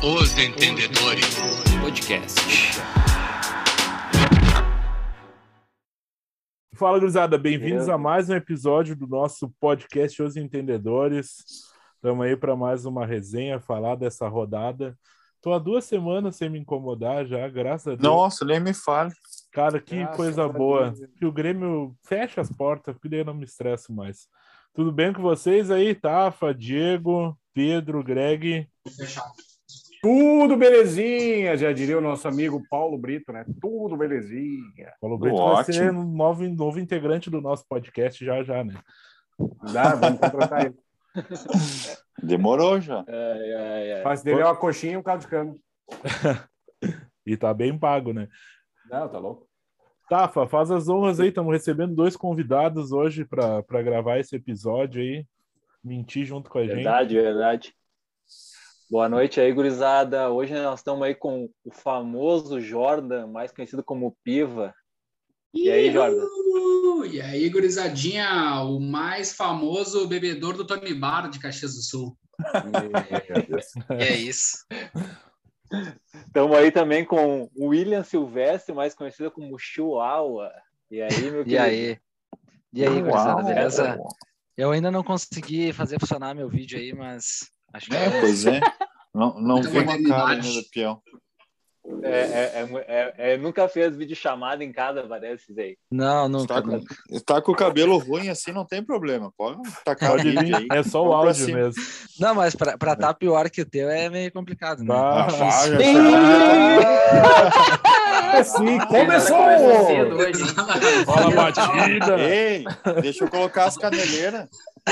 Os Entendedores Podcast. Fala, gurizada, bem-vindos a mais um episódio do nosso podcast Os Entendedores. Estamos aí para mais uma resenha, falar dessa rodada. Estou há 2 semanas sem me incomodar já, graças a Deus. Nossa, nem me fale. Cara, que coisa boa. Que o Grêmio fecha as portas, porque daí eu não me estresso mais. Tudo bem com vocês aí, Tafa, Diego, Pedro, Greg? Tudo belezinha, já diria o nosso amigo Paulo Brito, né? Tudo belezinha. Paulo Brito vai ser um novo integrante do nosso podcast já, né? Vamos contratar ele. Demorou já. Faz dele uma coxinha e um caldo de cana. E tá bem pago, né? Não, tá louco. Tafa, faz as honras aí, estamos recebendo 2 convidados hoje para gravar esse episódio aí. Mentir junto com a gente. Verdade. Boa noite aí, gurizada. Hoje nós estamos aí com o famoso Jordan, mais conhecido como Piva. E aí, Jordan? E aí, gurizadinha, o mais famoso bebedor do Tony Bar de Caxias do Sul. E é isso. Estamos aí também com o William Silvestre, mais conhecido como Chihuahua. E aí, meu querido? E aí, gurizada, beleza? Eu ainda não consegui fazer funcionar meu vídeo aí, mas acho que Pois é. Não vi uma cara ainda do peão. Nunca fez videochamada em casa, parece, Zé. Não, nunca. Tá com o cabelo ruim assim, não tem problema. Pode tacar o vídeo aí. É só o áudio mesmo. Não, mas pra tá pior que o teu é meio complicado, né? Sim, começou! Fala, batida! Ei, deixa eu colocar as caneleiras.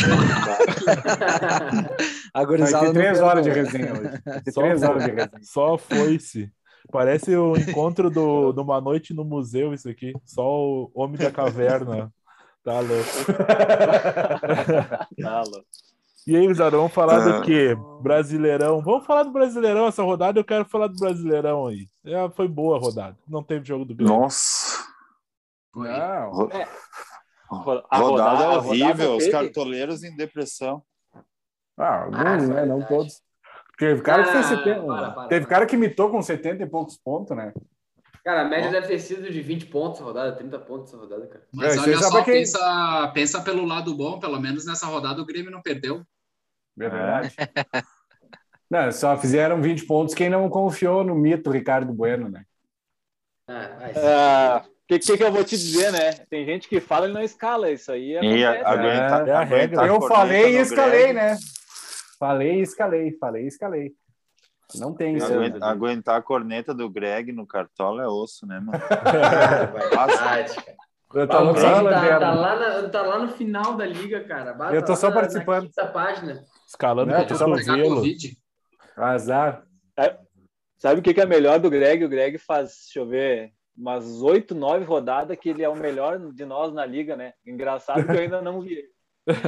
A gurizada vai ter 3 horas de resenha hoje. Só foi-se. Parece o encontro de uma noite no museu, isso aqui. Só o Homem da Caverna. Tá louco. E aí, Zara, vamos falar do quê? Brasileirão. Vamos falar do Brasileirão essa rodada. Eu quero falar do Brasileirão aí. Foi boa a rodada. Não teve jogo do Grêmio. Nossa. Não. A rodada é horrível. Os cartoleiros em depressão. Alguns, né? Não todos. Teve cara que fez 70. Teve cara que mitou com 70 e poucos pontos, né? Cara, a média deve ter sido de 20 pontos essa rodada, 30 pontos essa rodada, cara. Mas olha só, pensa pelo lado bom, pelo menos nessa rodada o Grêmio não perdeu. Verdade. Não, só fizeram 20 pontos quem não confiou no mito Ricardo Bueno, né? Que eu vou te dizer, né? Tem gente que fala e não escala, isso aí é a regra. Eu falei e escalei, né? Falei e escalei. Não tem isso. Aguentar a corneta do Greg no Cartola é osso, né, mano? Tá lá no final da liga, cara. Eu tô só participando. Na página. Escalando o cotovelo. Azar. Sabe o que é melhor do Greg? O Greg faz, deixa eu ver, umas 8, 9 rodadas que ele é o melhor de nós na liga, né? Engraçado que eu ainda não vi ele.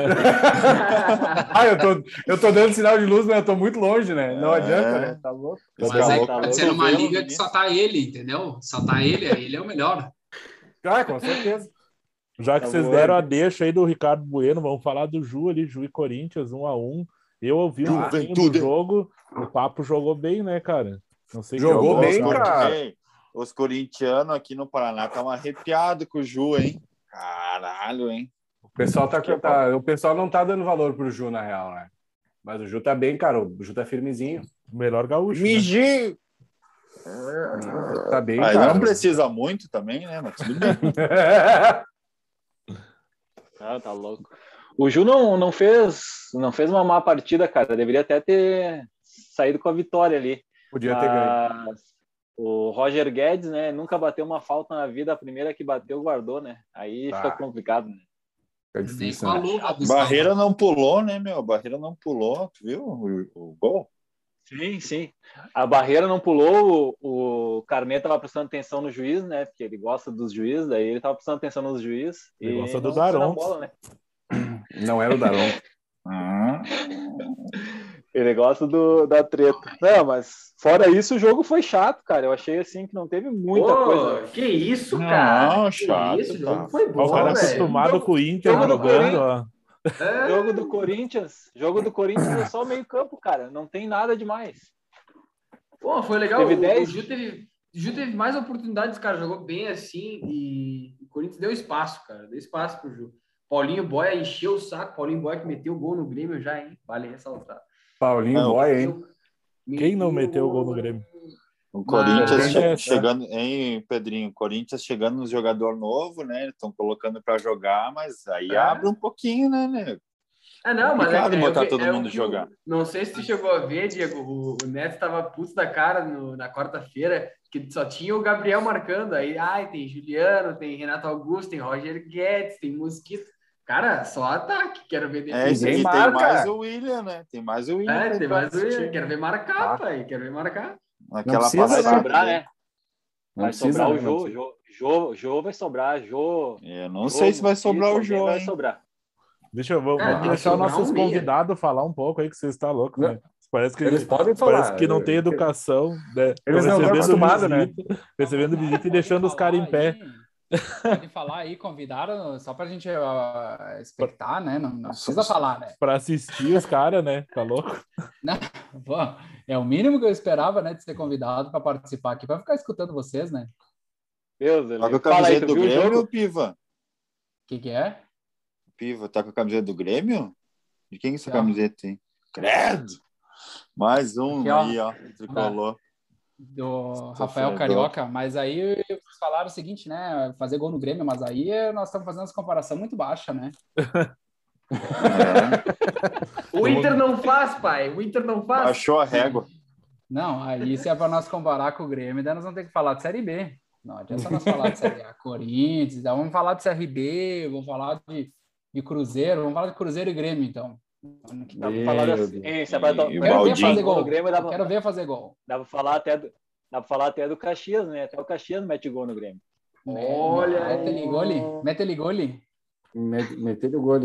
Eu tô dando sinal de luz, mas eu tô muito longe, né? Não adianta, né? Tá louco. Mas pode ser numa liga que só tá ele, entendeu? Só tá ele é o melhor. Com certeza. Já que vocês deram a deixa aí do Ricardo Bueno, vamos falar do Ju ali, Ju e Corinthians, 1-1. Eu ouvi um pouquinho do jogo, o Papo jogou bem, né, cara? Não sei jogou bem, cara. Os corintianos aqui no Paraná estão arrepiados com o Ju, hein? Caralho, hein? O pessoal não tá dando valor pro Ju, na real, né? Mas o Ju tá bem, cara. O Ju tá firmezinho. O melhor gaúcho. Mijinho! Né? Tá bem, cara. Cara. Não precisa muito também, né? Mas tudo bem. Tá louco. O Ju não fez uma má partida, cara. Deveria até ter saído com a vitória ali. Podia ter ganho. O Roger Guedes, né? Nunca bateu uma falta na vida. A primeira que bateu, guardou, né? Aí fica complicado, né? É difícil, né? Barreira não pulou, né, meu? A Barreira não pulou, tu viu o gol? Sim. A Barreira não pulou, o Carnet tava prestando atenção no juiz, né? Porque ele gosta dos juízes, daí ele tava prestando atenção nos juízes. Ele gosta do Daron. Bola, né? Não era o Daron. Ele gosta da treta. Não, mas fora isso, o jogo foi chato, cara. Eu achei assim que não teve muita coisa. Que isso, cara? Não, chato. O jogo foi bom, o cara acostumado com o Inter jogando, ó. Jogo do Corinthians é só meio campo, cara. Não tem nada demais. Pô, foi legal. Teve O 10. Ju teve mais oportunidades, cara. Jogou bem assim e o Corinthians deu espaço, cara. Deu espaço pro Ju. Paulinho Boia encheu o saco. Paulinho Boia que meteu o gol no Grêmio já, hein? Vale ressaltar. Paulinho Boia, hein? Quem não meteu o gol no Grêmio? O Corinthians Mas- chegando, hein, Pedrinho? Corinthians chegando no jogador novo, né? Estão colocando para jogar, mas aí abre um pouquinho, né, nego? Ah, não, mas Complicado botar o que- todo o mundo que jogar. Não sei se tu chegou a ver, Diego, o Neto tava puto da cara na quarta-feira, que só tinha o Gabriel marcando. Aí, tem Juliano, tem Renato Augusto, tem Roger Guedes, tem Mosquito. Cara, só ataque, quero ver É, defesa. e tem marca. mais o William, né? Tem mais o William. pra Tem ir mais pra o assistir. Quero ver marcar, pai. Quero ver marcar. Aquela precisa, Vai passada sobrar, dele. né? Não Vai precisa, sobrar né? o Não Jô. Jô vai sobrar. Jô. Eu não sei se vai sobrar o jogo, Vai hein? sobrar. Vamos Cara, tem que deixar os sobrar nossos um meia. convidados falar um pouco aí, que você está louco, né? Parece que Eles podem falar. Parece que não tem educação, né? Eles não estão acostumados, né? Recebendo visita e deixando os caras em pé. Pode falar aí, convidaram só pra gente expectar, né? Não precisa falar, né? Para assistir os caras, né? Tá louco? Não, é o mínimo que eu esperava, né? De ser convidado para participar aqui, para ficar escutando vocês, né? Deus, Tá com a fala aí, camiseta tu do viu o Grêmio, jogo? Piva? O que é? Piva, tá com a camiseta do Grêmio? De quem é essa Aqui, ó. camiseta, hein? Credo! Mais um Aqui, ó. aí, ó. Tricolor. Do Sofredor. Rafael Carioca, mas aí vocês falaram o seguinte, né? Fazer gol no Grêmio, mas aí nós estamos fazendo essa comparação muito baixa, né? O Inter não faz, pai. O Inter não faz. Achou a régua. Não, aí se é para nós comparar com o Grêmio, daí nós vamos ter que falar de Série B. Não adianta nós falar de Série A, Corinthians, daí vamos falar de CRB, vamos falar de Cruzeiro, vamos falar de Cruzeiro e Grêmio, então. Dá pra falar assim, E o Quero ver Baldinho. fazer gol. Grêmio, Quero ver fazer gol. dá pra falar até do Caxias, né? Até o Caxias mete gol no Grêmio. Olha aí. Mete-lhe gole. Meter o gol.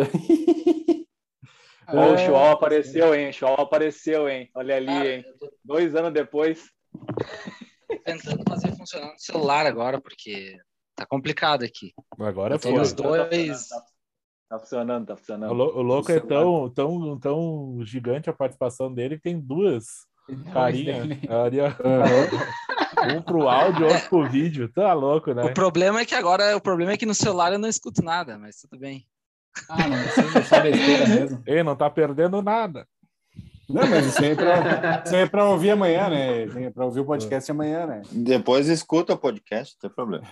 O Shoal apareceu, hein? Olha ali, hein? 2 anos depois. Tentando fazer funcionar no celular agora, porque tá complicado aqui. Agora Tem foi. os dois. Tá funcionando. O louco é tão gigante a participação dele que tem duas carinhas. Ali, ó. Um pro áudio, outro pro vídeo. Tá louco, né? O problema é que no celular eu não escuto nada, mas tudo bem. Não precisa, só besteira mesmo. Ei, não tá perdendo nada. Não, mas isso aí é pra ouvir amanhã, né? É pra ouvir o podcast amanhã, né? Depois escuta o podcast, não tem problema.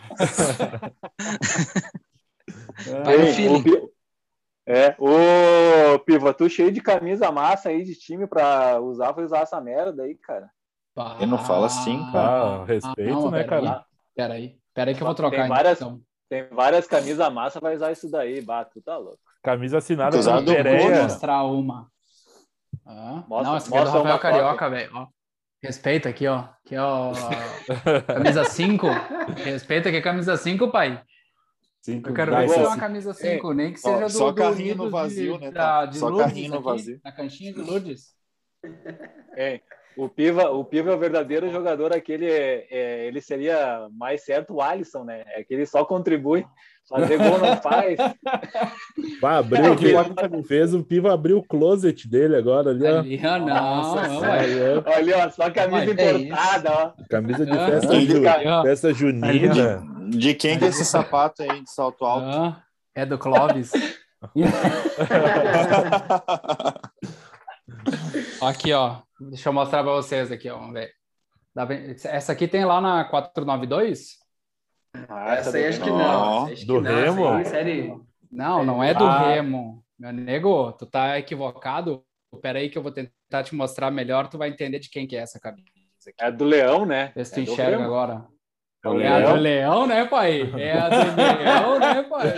Vai no feeling. Ô, Piva, tu cheio de camisa massa aí de time pra usar, vai usar essa merda aí, cara. Eu não falo assim, cara. Respeito, né, cara? Peraí que eu vou trocar. Tem várias camisas massa, vai usar isso daí, bato, tá louco. Camisa assinada Usado pelo do Pereira. Vou mostrar uma. Mostra Essa aqui é do Rafael uma Carioca, velho. Ó. Respeita aqui, ó. Aqui, ó. Camisa 5. Respeita que é camisa 5, pai. Eu quero ver se é uma camisa 5, nem que seja do... Só carrinho no vazio, né? De Só Lourdes carrinho no aqui, vazio. na caixinha de Lourdes. O Piva é o verdadeiro jogador, aquele ele seria mais certo o Alisson, né? É que ele só contribui, fazer gol não faz. Fez o Piva abrir o closet dele agora ali, ó. Ali, não. Olha, ó, só camisa importada, ó. Camisa de festa junina. De quem que é esse sapato aí de salto alto? É do Clóvis. Aqui, ó. Deixa eu mostrar para vocês aqui, ó. Vamos ver. Essa aqui tem lá na 492? Essa aí acho que não. Do Remo? Não é do Remo. Meu nego, tu tá equivocado. Pera aí que eu vou tentar te mostrar melhor, tu vai entender de quem que é essa camisa aqui. É do Leão, né? Vê se tu enxerga agora. É o É a do Leão, né, pai? É a do Leão, né, pai?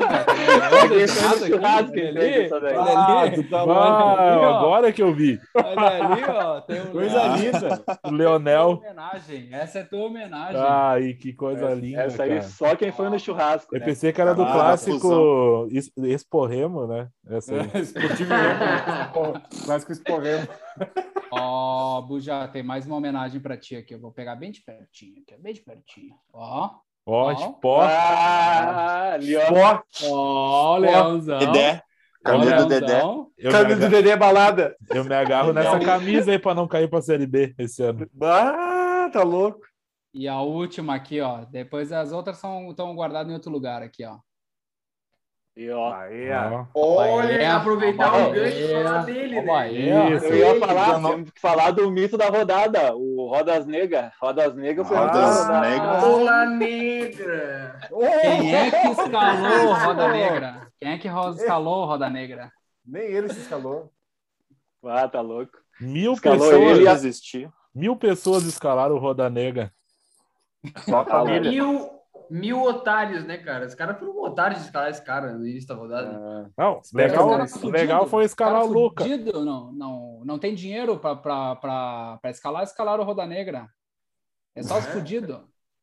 Agora que eu vi. Olha ali, ó. Tem coisa linda. O Leonel. Homenagem. Essa é tua homenagem. Ai, que coisa linda. Essa aí só quem foi no churrasco. Eu pensei que era do clássico Exporremo, né? Essa aí. Esportivo Remo. Clássico Exporremo. Ó, Buja, tem mais uma homenagem pra ti aqui. Eu vou pegar bem de pertinho aqui, bem de pertinho. Ó. Ó, Sport. Ali, ó. Ó, Leãozão. Camisa do Dedé. Camisa do Dedé é balada. Eu me agarro nessa camisa aí pra não cair pra Série B esse ano. Ah, tá louco. E a última aqui, ó. Depois as outras estão guardadas em outro lugar aqui, ó. E ó. Olha, aproveitar o gancho e falar dele, né? Eu ia falar, temos que falar do mito da rodada, o Rodas Negra. Roda Negra. Roda Negra. Quem é que escalou Roda Negra? Quem é que escalou Roda Negra? Nem ele se escalou. Ah, tá louco. 1000 Escalou pessoas. ele e Existir. 1000 pessoas escalaram o Roda Negra. Só a família. Mil otários, né, cara? Os caras foram otários de escalar esse cara no início da rodada. Não, legal foi escalar o Luca. Fudido, não tem dinheiro para escalar o Roda Negra. É só os fudidos.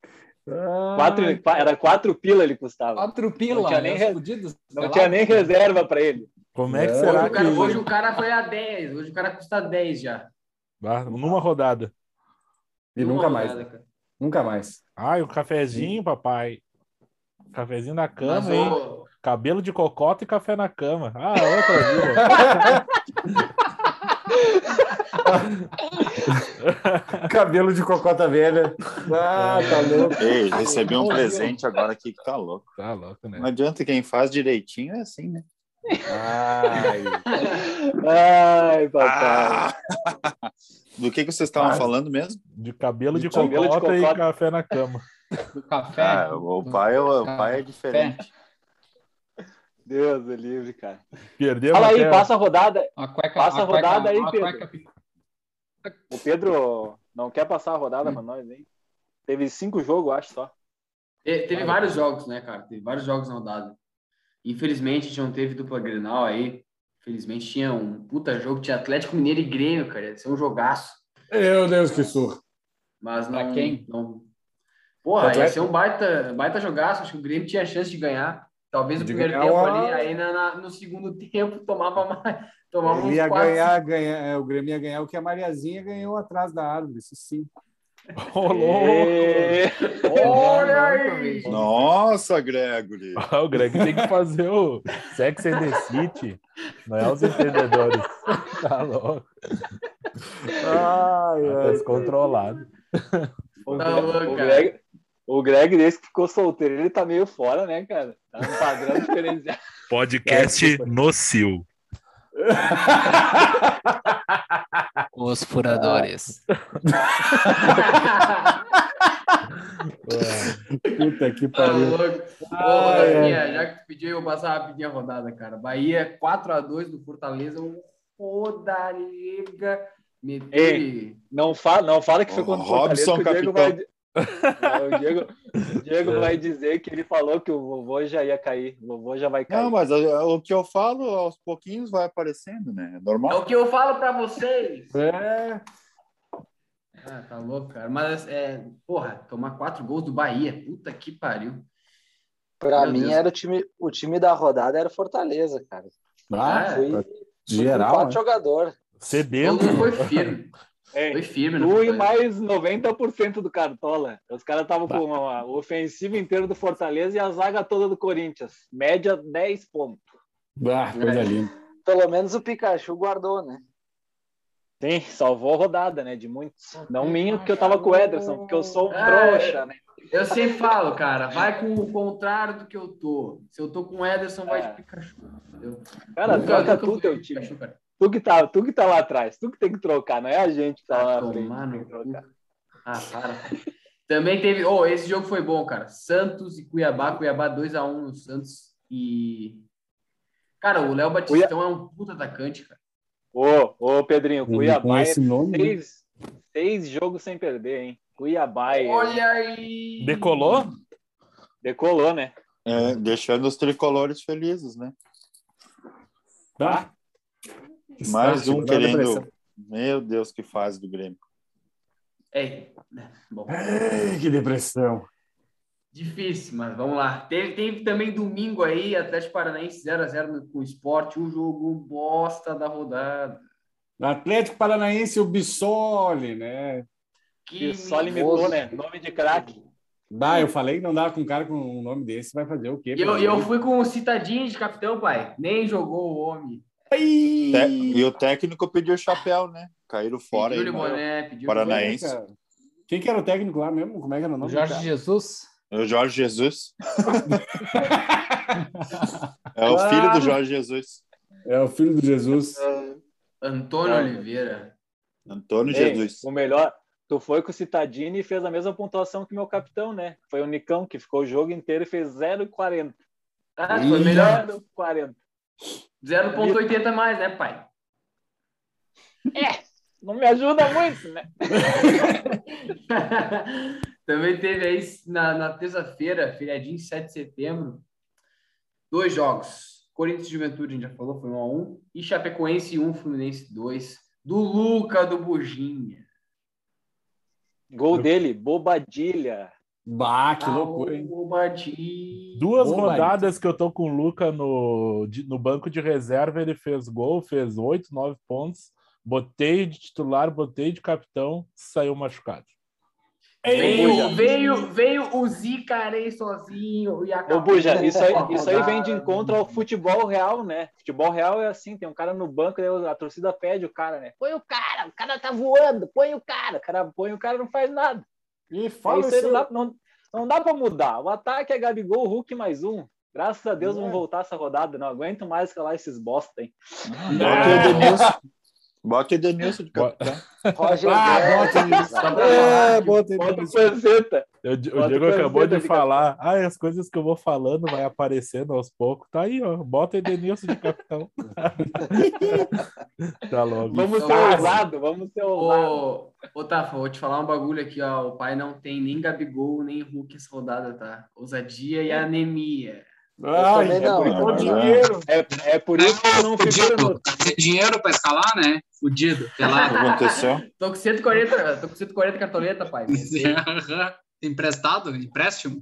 Era 4 pila ele custava. 4 pila. Não tinha nem reserva para ele. Como é que será que... Hoje o cara foi a 10. Hoje o cara custa 10 já. Numa rodada. E nunca mais. Nunca mais. Ai, o cafezinho, papai. Cafezinho na cama, hein? Cabelo de cocota e café na cama. Ah, outra vida. Cabelo de cocota velha. Ah, tá louco. Ei, recebi um presente agora aqui que tá louco. Tá louco, né? Não adianta, quem faz direitinho é assim, né? Ai, papai. Do que vocês estavam falando mesmo? De cabelo de cocota e café na cama. Do café. O pai é diferente. Deus é livre, cara. Perdemos. Fala aí, passa a rodada. Passa a rodada aí, Pedro. O Pedro não quer passar a rodada pra nós, hein? Teve 5 jogos, acho, só. Teve vários jogos, né, cara? Teve vários jogos na rodada. Infelizmente, a gente não teve dupla Grenal aí. Infelizmente, tinha um puta jogo. Tinha Atlético Mineiro e Grêmio, cara. Ia ser um jogaço. Meu Deus, que surra. Mas não... Pra quem? Não... Porra, ia ser um baita jogaço. Acho que o Grêmio tinha chance de ganhar. Talvez no primeiro tempo ali. Aí no segundo tempo tomava mais. Tomava uns 4. O Grêmio ia ganhar o que a Mariazinha ganhou atrás da árvore. Isso sim. Olha aí! Nossa, Gregory! O Greg tem que fazer o Sex and the City, não é os entendedores. Tá louco. Tá descontrolado. O Greg, desde que ficou solteiro, ele tá meio fora, né, cara? Tá um padrão diferenciado. Podcast nocivo. Os furadores. Puta que pariu. Já que tu pediu, eu vou passar rapidinho a rodada, cara. Bahia 4-2 do Fortaleza, Roda Negra. Não fala que foi contra o Fortaleza. Robson, capitão. O Diego vai dizer que ele falou que o vovô já ia cair. O vovô já vai cair. Não, mas o que eu falo, aos pouquinhos vai aparecendo, né? É normal. É o que eu falo pra vocês. Tá louco, cara. Mas, porra, tomar 4 gols do Bahia. Puta que pariu. Pra mim, era o time da rodada era Fortaleza, cara. Foi geral. 4 jogadores. Cedendo. Foi firme. Foi firme. Tu e mais 90% do Cartola. Os caras estavam com o ofensivo inteiro do Fortaleza e a zaga toda do Corinthians. Média 10 pontos. Coisa linda. Pelo menos o Pikachu guardou, né? Sim, salvou a rodada, né? De muitos. Não minha, porque eu tava com o Ederson, porque eu sou um trouxa, né? Eu sempre falo, cara, vai com o contrário do que eu tô. Se eu tô com o Ederson, vai de Pikachu. Entendeu? Cara, troca tu teu time. Pikachu, cara. Tu que tá lá atrás, tu que tem que trocar, não é a gente que tá lá na frente. Para. Também teve... esse jogo foi bom, cara. Santos e Cuiabá 2-1 no Santos e... Cara, o Léo Batistão é um puta atacante, cara. Ô, Pedrinho, Cuiabá é 6 jogos sem perder, hein? Cuiabá. Olha aí! Decolou? Decolou, né? Deixando os tricolores felizes, né? Tá. Mais um querendo... Meu Deus, que fase do Grêmio. Bom. Que depressão. Difícil, mas vamos lá. Teve também domingo aí, Atlético Paranaense 0-0 com o Sport, um jogo bosta da rodada. Atlético Paranaense, o Bissoli, né? Bissoli mudou, né? Nome de craque. Eu falei que não dava com um cara com um nome desse, vai fazer o quê? Eu fui com o Citadinho de capitão, pai. Nem jogou o homem. E o técnico pediu o chapéu, né? Caíram fora. Pediu o boné, pediu Paranaense. Quem que era o técnico lá mesmo? Como é que era o nome? Jorge Jesus. O Jorge Jesus. É o filho do Jorge Jesus. É o filho do Jesus. Antônio Oliveira. Antônio Jesus. O melhor, tu foi com o Citadini e fez a mesma pontuação que o meu capitão, né? Foi o Nicão, que ficou o jogo inteiro e fez 0,40. Foi melhor. 0,40. 0,80 mais, né, pai? Não me ajuda muito, né? Também teve aí na terça-feira, feriadinho, 7 de setembro, 2 jogos. Corinthians e Juventude, a gente já falou, foi 1-1. E Chapecoense 1, Fluminense 2. Do Luca, do Buginha. Gol dele, Bobadilha. Que loucura, hein? Bobadilha. 2 rodadas que eu tô com o Luca no banco de reserva, ele fez gol, fez 8, 9 pontos. Botei de titular, botei de capitão, saiu machucado. Veio o Zicarei sozinho e acabou. Ô, Buja, isso aí vem de encontro ao futebol real, né? Futebol real é assim, tem um cara no banco, a torcida pede o cara, né? Põe o cara tá voando, põe o cara. O cara põe o cara, não faz nada. E fala isso aí não dá pra mudar. O ataque é Gabigol, Hulk mais um. Graças a Deus vão voltar essa rodada. Não aguento mais calar esses bosta, hein? Bota o Edenilson de capitão. Roger bota O Diego acabou de falar. As coisas que eu vou falando vai aparecendo aos poucos. Tá aí, ó. Bota o Edenilson de capitão. Tá logo. Vamos ser ousado. Ô, Tafa, vou te falar um bagulho aqui, ó. O pai não tem nem Gabigol, nem Hulk essa rodada, tá? Ousadia e anemia. É por isso que eu não figuro. Tem dinheiro pra escalar, né? Fudido, pelado. O que aconteceu? Tô com 140 cartoleta, pai. Emprestado? Empréstimo?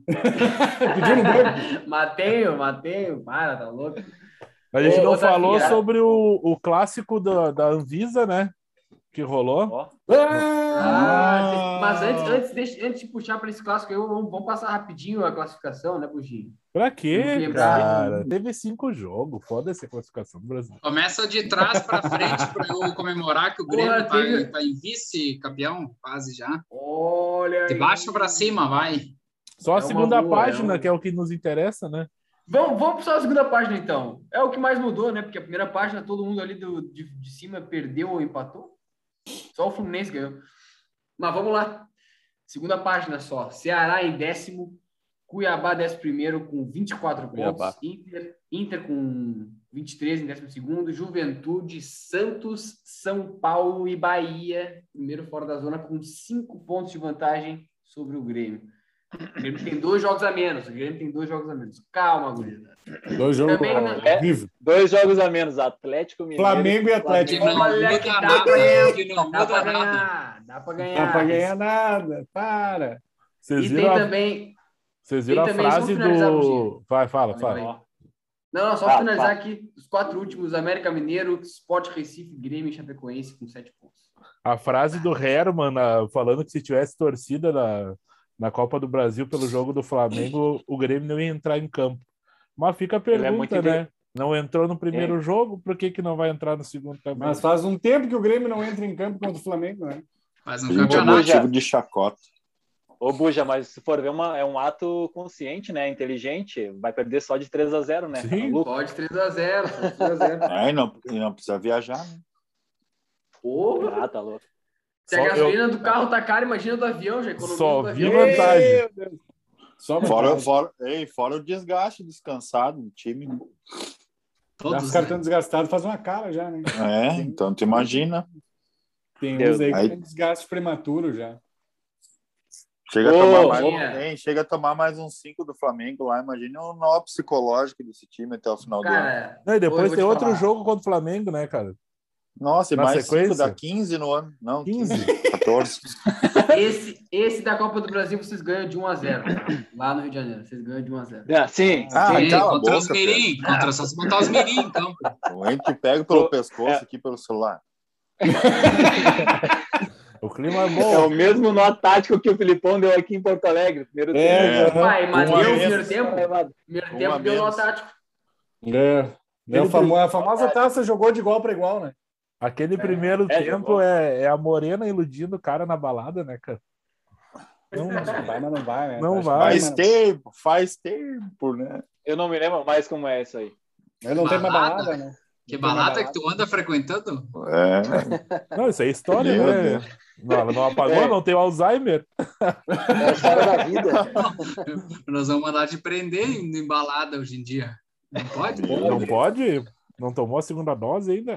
Mateio, para, tá louco. A gente não falou sobre o clássico da Anvisa, né? Que rolou. Mas antes de puxar para esse clássico, vamos passar rapidinho a classificação, né, Buginho? Pra quê, cara? Teve 5 jogos. Foda-se a classificação do Brasil. Começa de trás pra frente pra eu comemorar que o Grêmio tá em vice-campeão, quase já. Olha de baixo pra cima, vai. Só a segunda página, que é o que nos interessa, né? Vamos só a segunda página, então. É o que mais mudou, né? Porque a primeira página, todo mundo ali de cima perdeu ou empatou. Só o Fluminense ganhou. Mas vamos lá. Segunda página só. Ceará em 10º. Cuiabá 11º com 24 pontos. Inter com 23 em 12º. Juventude, Santos, São Paulo e Bahia. Primeiro fora da zona com 5 pontos de vantagem sobre o Grêmio. O Grêmio tem 2 jogos a menos. Calma, gurizada. 2 jogos horrível. 2 jogos a menos. Atlético Mineiro. Flamengo e Atlético. Olha que dá pra ganhar. Dá pra ganhar. Não dá pra ganhar nada. Para. Vocês viram a frase do... Vai, fala. Não, só finalizar aqui. Os 4 últimos. América Mineiro, Sport Recife, Grêmio e Chapecoense com 7 pontos. A frase do Herman falando que se tivesse torcida na Copa do Brasil pelo jogo do Flamengo, o Grêmio não ia entrar em campo. Mas fica a pergunta, né? Não entrou no primeiro jogo, por que não vai entrar no segundo também? Mas faz um tempo que o Grêmio não entra em campo contra o Flamengo, né? Faz um campeonato de chacota. Ô, Buja, mas se for ver, é um ato consciente, né? Inteligente. Vai perder só de 3-0, né? Sim, pode 3-0. E não precisa viajar, né? Porra! Tá louco. Se a gasolina do carro tá cara, imagina do avião, já economia só do vi avião. vantagem. Fora o desgaste descansado do time. Os caras estão desgastados, faz uma cara já, né? Então tu imagina. Tem uns aí que tem desgaste prematuro já. Chega a tomar mais uns 5 do Flamengo lá. Imagina o nó psicológico desse time até o final do ano. E depois tem outro jogo contra o Flamengo, né, cara? Nossa, e mais 5 dá 15 no ano. Não, 15. 14. Esse da Copa do Brasil vocês ganham de 1-0. Lá no Rio de Janeiro. Vocês ganham de 1-0. Sim. Contra os Mirim. Só se botar os Mirim, então. A gente pega pelo pescoço aqui pelo celular. clima é É bom. o mesmo nó tático que o Filipão deu aqui em Porto Alegre. Primeiro tempo. Pai, mas Uma deu o vez. primeiro tempo. Primeiro tempo deu nó menos. tático. A famosa taça jogou de igual para igual, né? Aquele primeiro tempo é a Morena iludindo o cara na balada, né, cara? Não vai, mas não vai, né? Não vai. Faz tempo, né? Eu não me lembro mais como é isso aí. Eu não tenho mais balada, né? Que balada que tu anda frequentando? Não, isso é história, Meu né? Deus. Não, ela não apagou, não tem Alzheimer. É a história da vida. Nós vamos mandar te prender em balada hoje em dia. Não pode? Não pode? Não tomou a segunda dose ainda?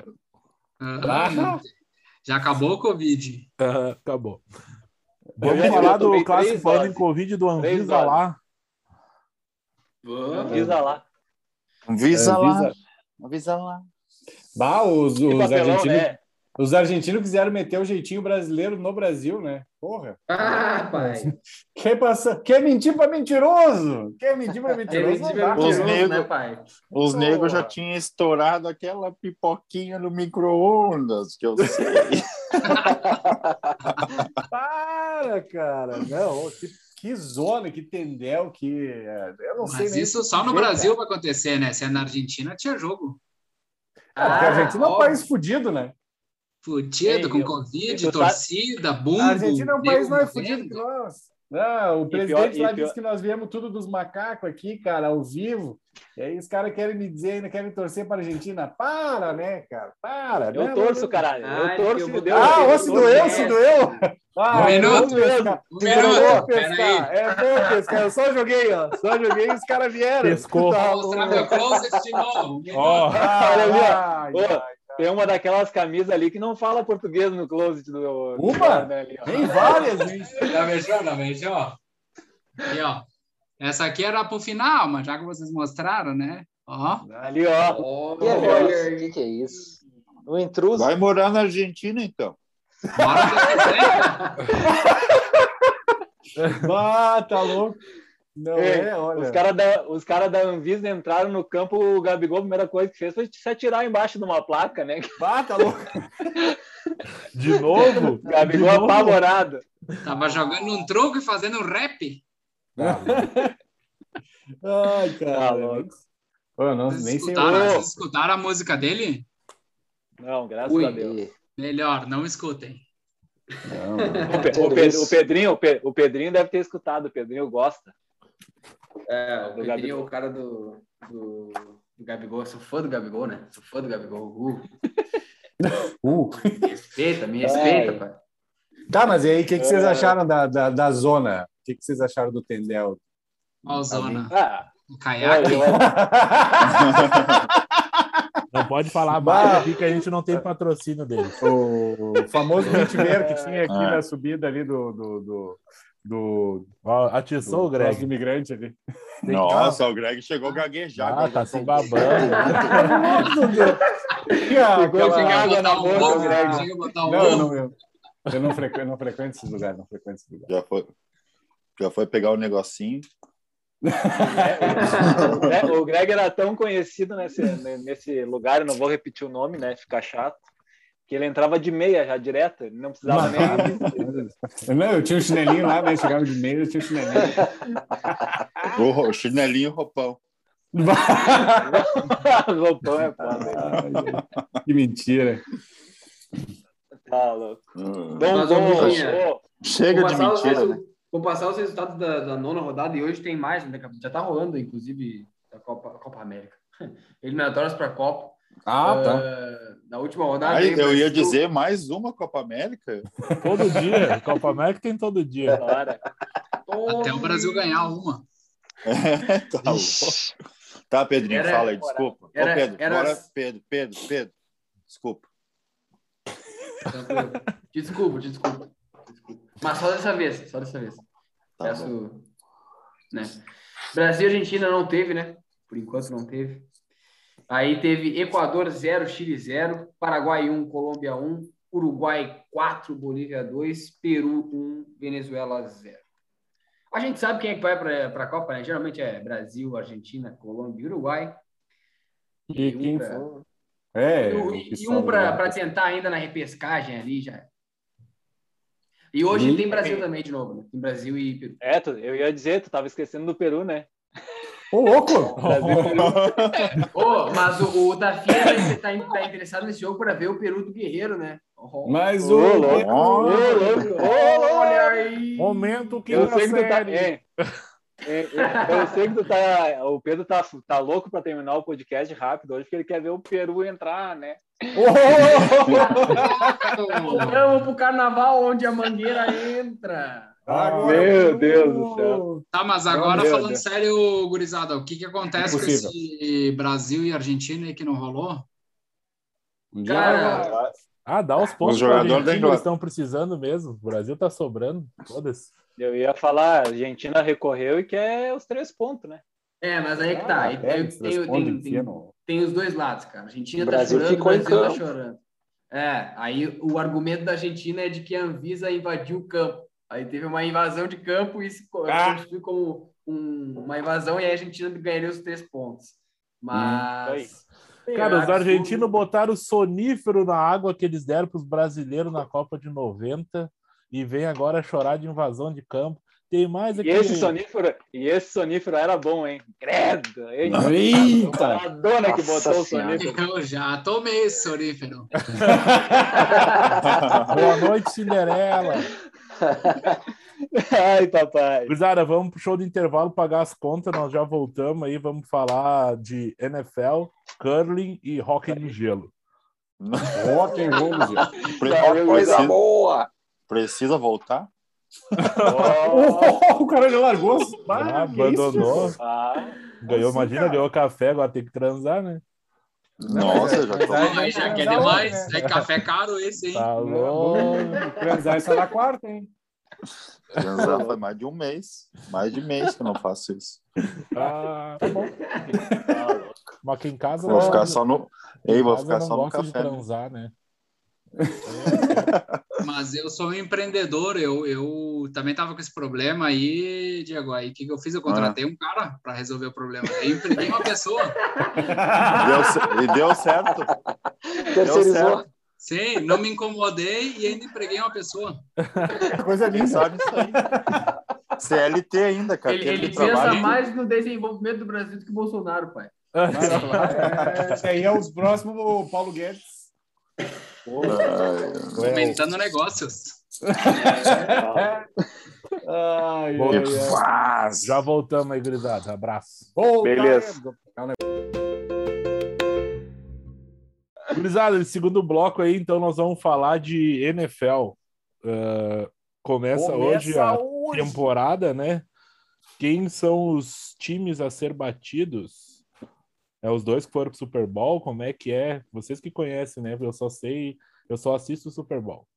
Já acabou o Covid. Acabou. Vamos falar do clássico falando em Covid do Anvisa lá. Vamos. Avisa lá. Bah, os papelão, argentinos. né? Os argentinos quiseram meter o jeitinho brasileiro no Brasil, né? Porra. Ah, pai. Quer mentir para mentiroso? Quer mentir para mentiroso? Ele Não dá. Os mentiroso, negros- né, pai? Os negros já tinham estourado aquela pipoquinha no micro-ondas, que eu sei. Para, cara. Não, que zona, que tendel, que... Eu não sei Mas nem isso o que só no dizer, Brasil cara. vai acontecer, né? Se é na Argentina, tinha jogo. Porque a Argentina é um óbvio. país fudido, né? Fudido, Ei, com eu- Covid, eu tô- torcida, bumbo. A Argentina é um país nego mais morrendo. fudido que nós. Não, o presidente lá pior- disse que nós viemos tudo dos macacos aqui, cara, ao vivo. E aí os caras querem me dizer, ainda querem torcer para a Argentina. Para, né, cara? Para. Eu Não, torço, não. caralho. Ai, Eu torço. eu vou- Deus, Ah, eu ô, se torço. doeu, se doeu. Ah, Um minuto, é bom pescar. um minuto, É bom pera pescar. É bom pescar. Eu só joguei, ó. Só joguei e os caras vieram. Pescou. Tá Vou mostrar meu closet de novo. Ó, Olha ali, ó. ai, Ô, ai. Tem uma daquelas camisas ali que não fala português no closet do. Uma? né, ali, ó. Tem várias, hein? Tá vendo, ó? Aqui, ó. Essa aqui era pro final, mas já que vocês mostraram, né? Ó. Ali, ó. Olha Que é isso? O intruso. Vai morar na Argentina, então. Bora Ah, tá louco. Não Ei, é, olha. Os caras da Anvisa entraram no campo, o Gabigol, a primeira coisa que fez foi se atirar embaixo de uma placa, né? Ah, tá louco. de novo? O Gabigol De novo? apavorado. Tava jogando um truco e fazendo um rap. Ai, Tá cara. louco. Pô, não, Vocês nem sei. vocês escutaram a música dele? Não, graças Ui. a Deus. Melhor, não escutem. O Pedrinho deve ter escutado, o Pedrinho gosta. É, o Do Pedrinho é Gabigol. o cara do Gabigol. Eu sou fã do Gabigol, né? Sou fã do Gabigol. Me respeita, pai. Tá, mas e aí, o que vocês acharam da zona? O que vocês acharam do Tendel? Ó, Zona. Ah, O caiaque. Não pode falar mais aqui que a gente não tem patrocínio dele. O famoso ritmeiro que tinha aqui na subida ali do Ó, atiçou o troço Greg. imigrante ali. Nossa, o Greg chegou a gaguejar. Ah, tá se babando. Ficou sem água na boca, ovo, Greg. chega a botar um Não, ovo. eu não frequento esses lugares, Já foi pegar o negocinho. O Greg era tão conhecido nesse lugar, eu não vou repetir o nome, né? Fica chato. Que ele entrava de meia já direto, ele não precisava nem. Não, eu tinha um chinelinho lá, né? Chegava de meio, eu tinha um chinelinho. O chinelinho e roupão. Roupão é foda. Que mentira. Tá louco. Mas, ô, Miquinha, Chega de mentira, né? Vou passar os resultados da nona rodada e hoje tem mais, né? Já tá rolando, inclusive, a Copa América. Eliminatórias para a Copa. Ah, tá. Na última rodada. Aí, eu ia dizer mais uma Copa América. Todo dia. Copa América tem todo dia. Até o Brasil ganhar uma. Tá louco. Tá, Pedrinho, fala aí, desculpa. Ô, Pedro, bora, Pedro. Desculpa. Desculpa. Mas só dessa vez. Tá Peço, né? Brasil e Argentina não teve, né? Por enquanto não teve. Aí teve Equador 0, Chile 0, Paraguai 1, Colômbia 1, Uruguai 4, Bolívia 2, Peru 1, Venezuela 0. A gente sabe quem é que vai para a Copa, né? Geralmente é Brasil, Argentina, Colômbia e Uruguai. E quem for? E um para tentar ainda na repescagem ali já. E hoje tem Brasil também de novo, né? Tem Brasil e Peru. Eu ia dizer, tu tava esquecendo do Peru, né? Ô, louco! Mas o Tafinha tá interessado nesse jogo para ver o Peru do Guerreiro, né? Mas olha aí! Momento que eu sei que tu tá... eu sei que o Pedro tá louco para terminar o podcast rápido hoje, porque ele quer ver o Peru entrar, né? Vamos pro carnaval onde a Mangueira entra. Meu Deus do céu. Tá, mas agora falando sério, gurizada, o que acontece com esse Brasil e Argentina aí que não rolou? Cara, dá os pontos para Argentina, eles estão precisando mesmo. O Brasil tá sobrando. Foda-se. Eu ia falar, a Argentina recorreu e quer os 3 pontos, né? Mas aí que tá. Tem os dois lados, cara. A Argentina tá chorando, o Brasil tá chorando. Aí o argumento da Argentina é de que a Anvisa invadiu o campo. Aí teve uma invasão de campo e se constitui como uma invasão e a Argentina ganharia os 3 pontos. Mas... Cara, os argentinos botaram sonífero na água que eles deram para os brasileiros na Copa de 90 e vem agora chorar de invasão de campo. Tem mais aqui. E esse sonífero era bom, hein? Credo! Eita! A dona que botou o sonífero. Eu já tomei esse sonífero. Boa noite, Cinderela. Ai, papai. Gurizada, vamos pro show do intervalo pagar as contas. Nós já voltamos aí. Vamos falar de NFL, curling e hóquei no gelo. Hóquei no gelo. Coisa boa! Precisa voltar? O cara já largou. Abandonou. Ganhou, imagina, ganhou café, agora tem que transar, né? Nossa, já quer demais. É café caro esse, hein? Tá louco. Transar só na quarta, hein? Transar foi mais de um mês. Mais de mês que eu não faço isso. Tá bom. Mas aqui em casa... Vou ficar só no... vou ficar só no café. Transar, né? Mas eu sou um empreendedor, eu também tava com esse problema aí, Diego. Aí o que eu fiz? Eu contratei um cara para resolver o problema. Eu empreguei uma pessoa. Deu certo. Deu certo. Sim, não me incomodei e ainda empreguei uma pessoa. Coisa linda. Sabe isso aí. CLT ainda, cara. Ele pensa mais no desenvolvimento do Brasil do que o Bolsonaro, pai. Esse aí é os próximos Paulo Guedes. Aumentando negócios. Já voltamos aí, gurizada. Abraço. Beleza. Gurizada, segundo bloco aí, então nós vamos falar de NFL. Começa hoje a temporada, né? Quem são os times a ser batidos? Os dois que foram pro Super Bowl, como é que é? Vocês que conhecem, né? Eu só assisto o Super Bowl.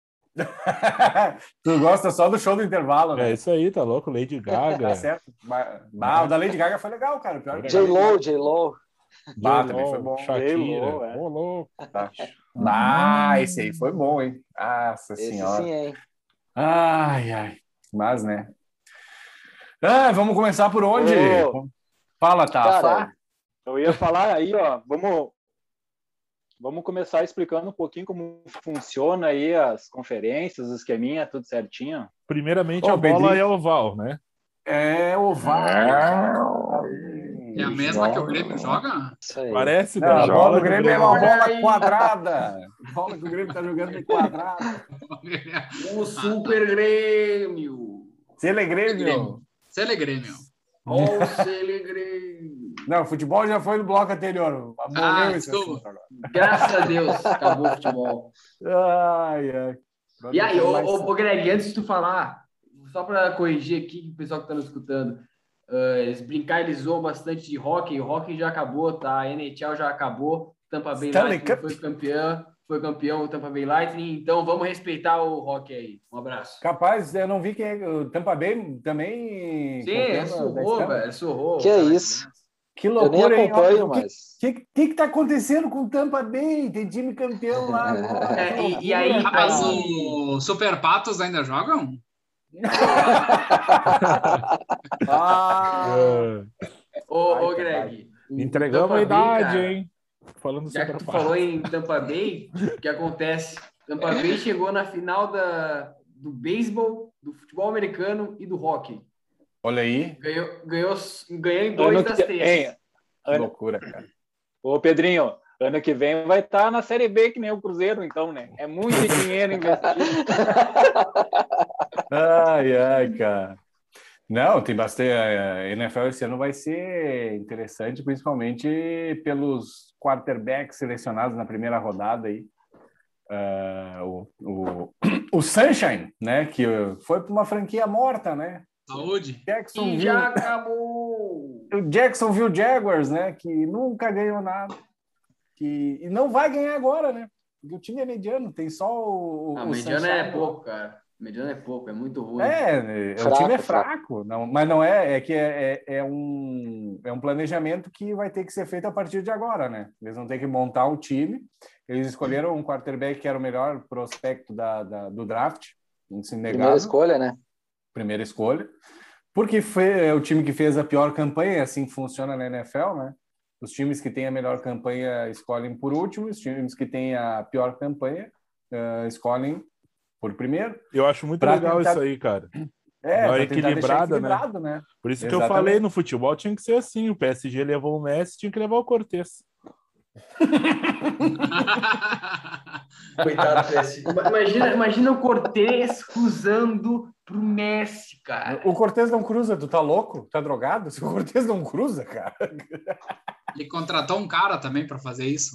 Tu gosta só do show do intervalo, né? É isso aí, tá louco? Lady Gaga. Tá certo. O da Lady Gaga foi legal, cara. J-Lo. Também foi bom. Shakira. Ô, louco. Esse aí foi bom, hein? Nossa senhora. Sim, hein? Ai. Mas, né? Vamos começar por onde? Fala, Tafa. Cara, eu ia falar aí, ó, vamos começar explicando um pouquinho como funciona aí as conferências, o esqueminha, tudo certinho. Primeiramente, a bola é oval, né? É oval. É a mesma que o Grêmio joga? Parece, não, a bola do Grêmio é uma bola quadrada. A bola que o Grêmio tá jogando é quadrada. O Super Grêmio. Selegrêmio. Selegrêmio. O Selegrêmio. Não, futebol já foi no bloco anterior. Graças a Deus, acabou o futebol. Ai. E aí, ô Greg, antes de tu falar, só para corrigir aqui o pessoal que tá nos escutando, eles zoam bastante de hóquei, o hóquei já acabou, tá? A NHL já acabou, Tampa Bay Lightning foi campeão o Tampa Bay Lightning, então vamos respeitar o hóquei aí. Um abraço. Capaz, eu não vi quem é, o Tampa Bay também... Sim, surrou, velho, surrou. Que é isso? Que loucura, eu nem acompanho, mas... O que tá acontecendo com o Tampa Bay? Tem time campeão lá. E aí... Mas o Super Patos ainda jogam? Ô, Greg. Entregamos a idade, hein? Falando já que tu falou em Tampa Bay, o que acontece? Tampa Bay chegou na final do beisebol, do futebol americano e do hóquei. Olha aí. Ganhou em 2 das 3. Que loucura, cara. Ô, Pedrinho, ano que vem vai estar na Série B, que nem o Cruzeiro, então, né? É muito dinheiro investido. Ai, cara. Não, tem bastante. A NFL esse ano vai ser interessante, principalmente pelos quarterbacks selecionados na primeira rodada aí. O Sunshine, né? Que foi para uma franquia morta, né? Saúde. E já acabou! O Jacksonville Jaguars, né? Que nunca ganhou nada. E não vai ganhar agora, né? Porque o time é mediano, tem só o. Não, o mediano Sunshine. é pouco, cara. Mediano é pouco, é muito ruim. O time é fraco. Não, mas não é. É que é um planejamento que vai ter que ser feito a partir de agora, né? Eles vão ter que montar um time. Eles escolheram um quarterback que era o melhor prospecto do draft. Primeira escolha, né? Primeira escolha. Porque foi o time que fez a pior campanha, assim que funciona na NFL, né? Os times que têm a melhor campanha escolhem por último, os times que têm a pior campanha escolhem por primeiro. Eu acho muito legal isso aí, cara. Equilibrada, né? Por isso que eu falei, no futebol tinha que ser assim. O PSG levou o Messi, tinha que levar o Cortez. Coitado do PSG. Imagina o Cortez cruzando pro Messi, cara. O Cortez não cruza, tu tá louco? Tá drogado? Se o Cortez não cruza, cara. Ele contratou um cara também para fazer isso.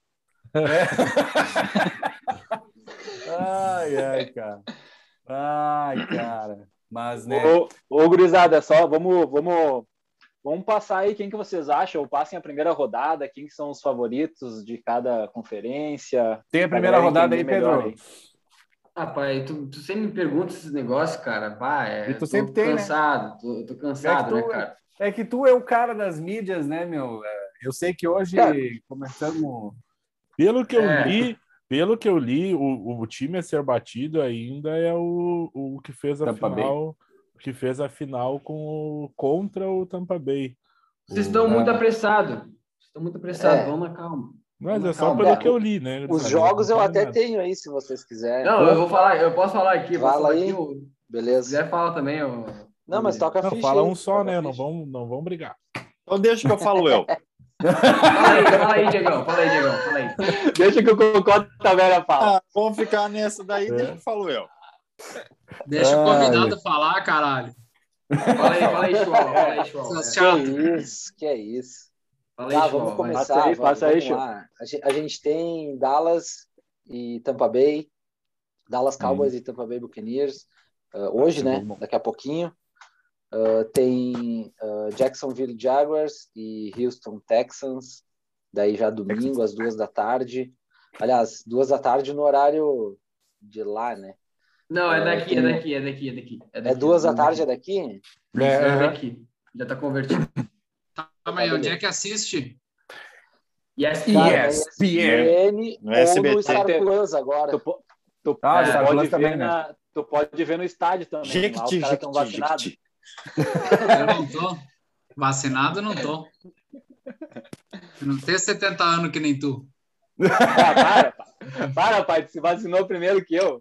Ai, cara. Ai, cara. Mas, né? Ô, gurizada, só vamos passar aí quem que vocês acham, ou passem a primeira rodada, quem que são os favoritos de cada conferência. Tem a primeira rodada aí, Pedro? Aí. Pai, tu sempre me pergunta esses negócios, cara. E tu sempre tem, cansado, né? Tô cansado, né, cara? É que tu é o cara das mídias, né, meu? Eu sei que hoje começamos... Pelo que eu li, o time a ser batido ainda é o que fez a Tampa final, que fez a final contra o Tampa Bay. Vocês estão muito apressados. Vão na calma. Mas é só pelo que eu li, né? Os jogos eu até tenho aí, se vocês quiserem. Não, eu posso falar aqui. Fala aí. Beleza. Se quiser, fala também. Não, mas toca a ficha. Fala um só, né? Não vão brigar. Então deixa que eu falo eu. Fala aí, Diegão. Fala aí. Deixa que o Cocó Taverna fala. Vamos ficar nessa daí, deixa que eu falo eu. Deixa o convidado falar, caralho. Fala aí, João. Que é isso. Vamos começar. Passa aí, lá. A gente tem Dallas e Tampa Bay. Dallas Cowboys e Tampa Bay Buccaneers. Hoje, né? Daqui a pouquinho. Tem Jacksonville Jaguars e Houston Texans. Daí já domingo, às 2:00. Aliás, 2:00 no horário de lá, né? Não, é daqui. É 2:00, é daqui? É daqui. Já tá convertido. Amanhã, onde é que assiste? ESPN no SBT. Ou no Star Plus agora. Tu pode ver no estádio também. Os caras estão vacinados. Eu não tô. Vacinado, não tô. Eu não tenho 70 anos que nem tu. Para, pai. Tu se vacinou primeiro que eu.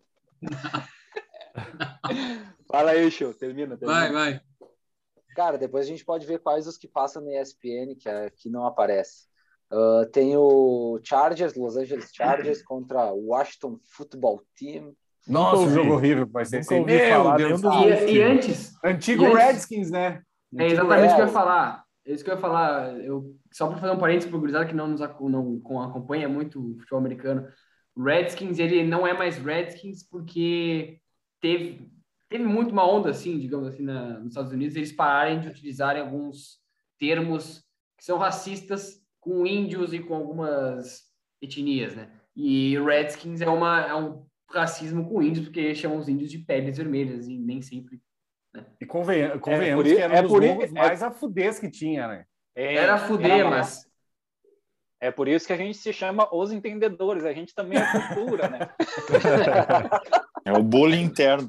Fala aí, show. Termina. Vai. Cara, depois a gente pode ver quais os que passam no ESPN, que aqui não aparece. Tem o Los Angeles Chargers contra o Washington Football Team. Nossa, um jogo horrível vai ser esse. Meu Deus. E antes? Antigo Redskins, né? É exatamente o que eu ia falar. É isso que eu ia falar. Só para fazer um parênteses para o gurizada que não acompanha muito o futebol americano. O Redskins, ele não é mais Redskins porque teve muito uma onda, assim, digamos assim, nos Estados Unidos, eles pararem de utilizarem alguns termos que são racistas com índios e com algumas etnias, né? E Redskins é um racismo com índios, porque eles chamam os índios de peles vermelhas, e nem sempre... Né? E convenhamos que era um dos logos mais afudez que tinha, né? Era fuder, mas... É por isso que a gente se chama Os Entendedores, a gente também é cultura, né? É o bullying interno.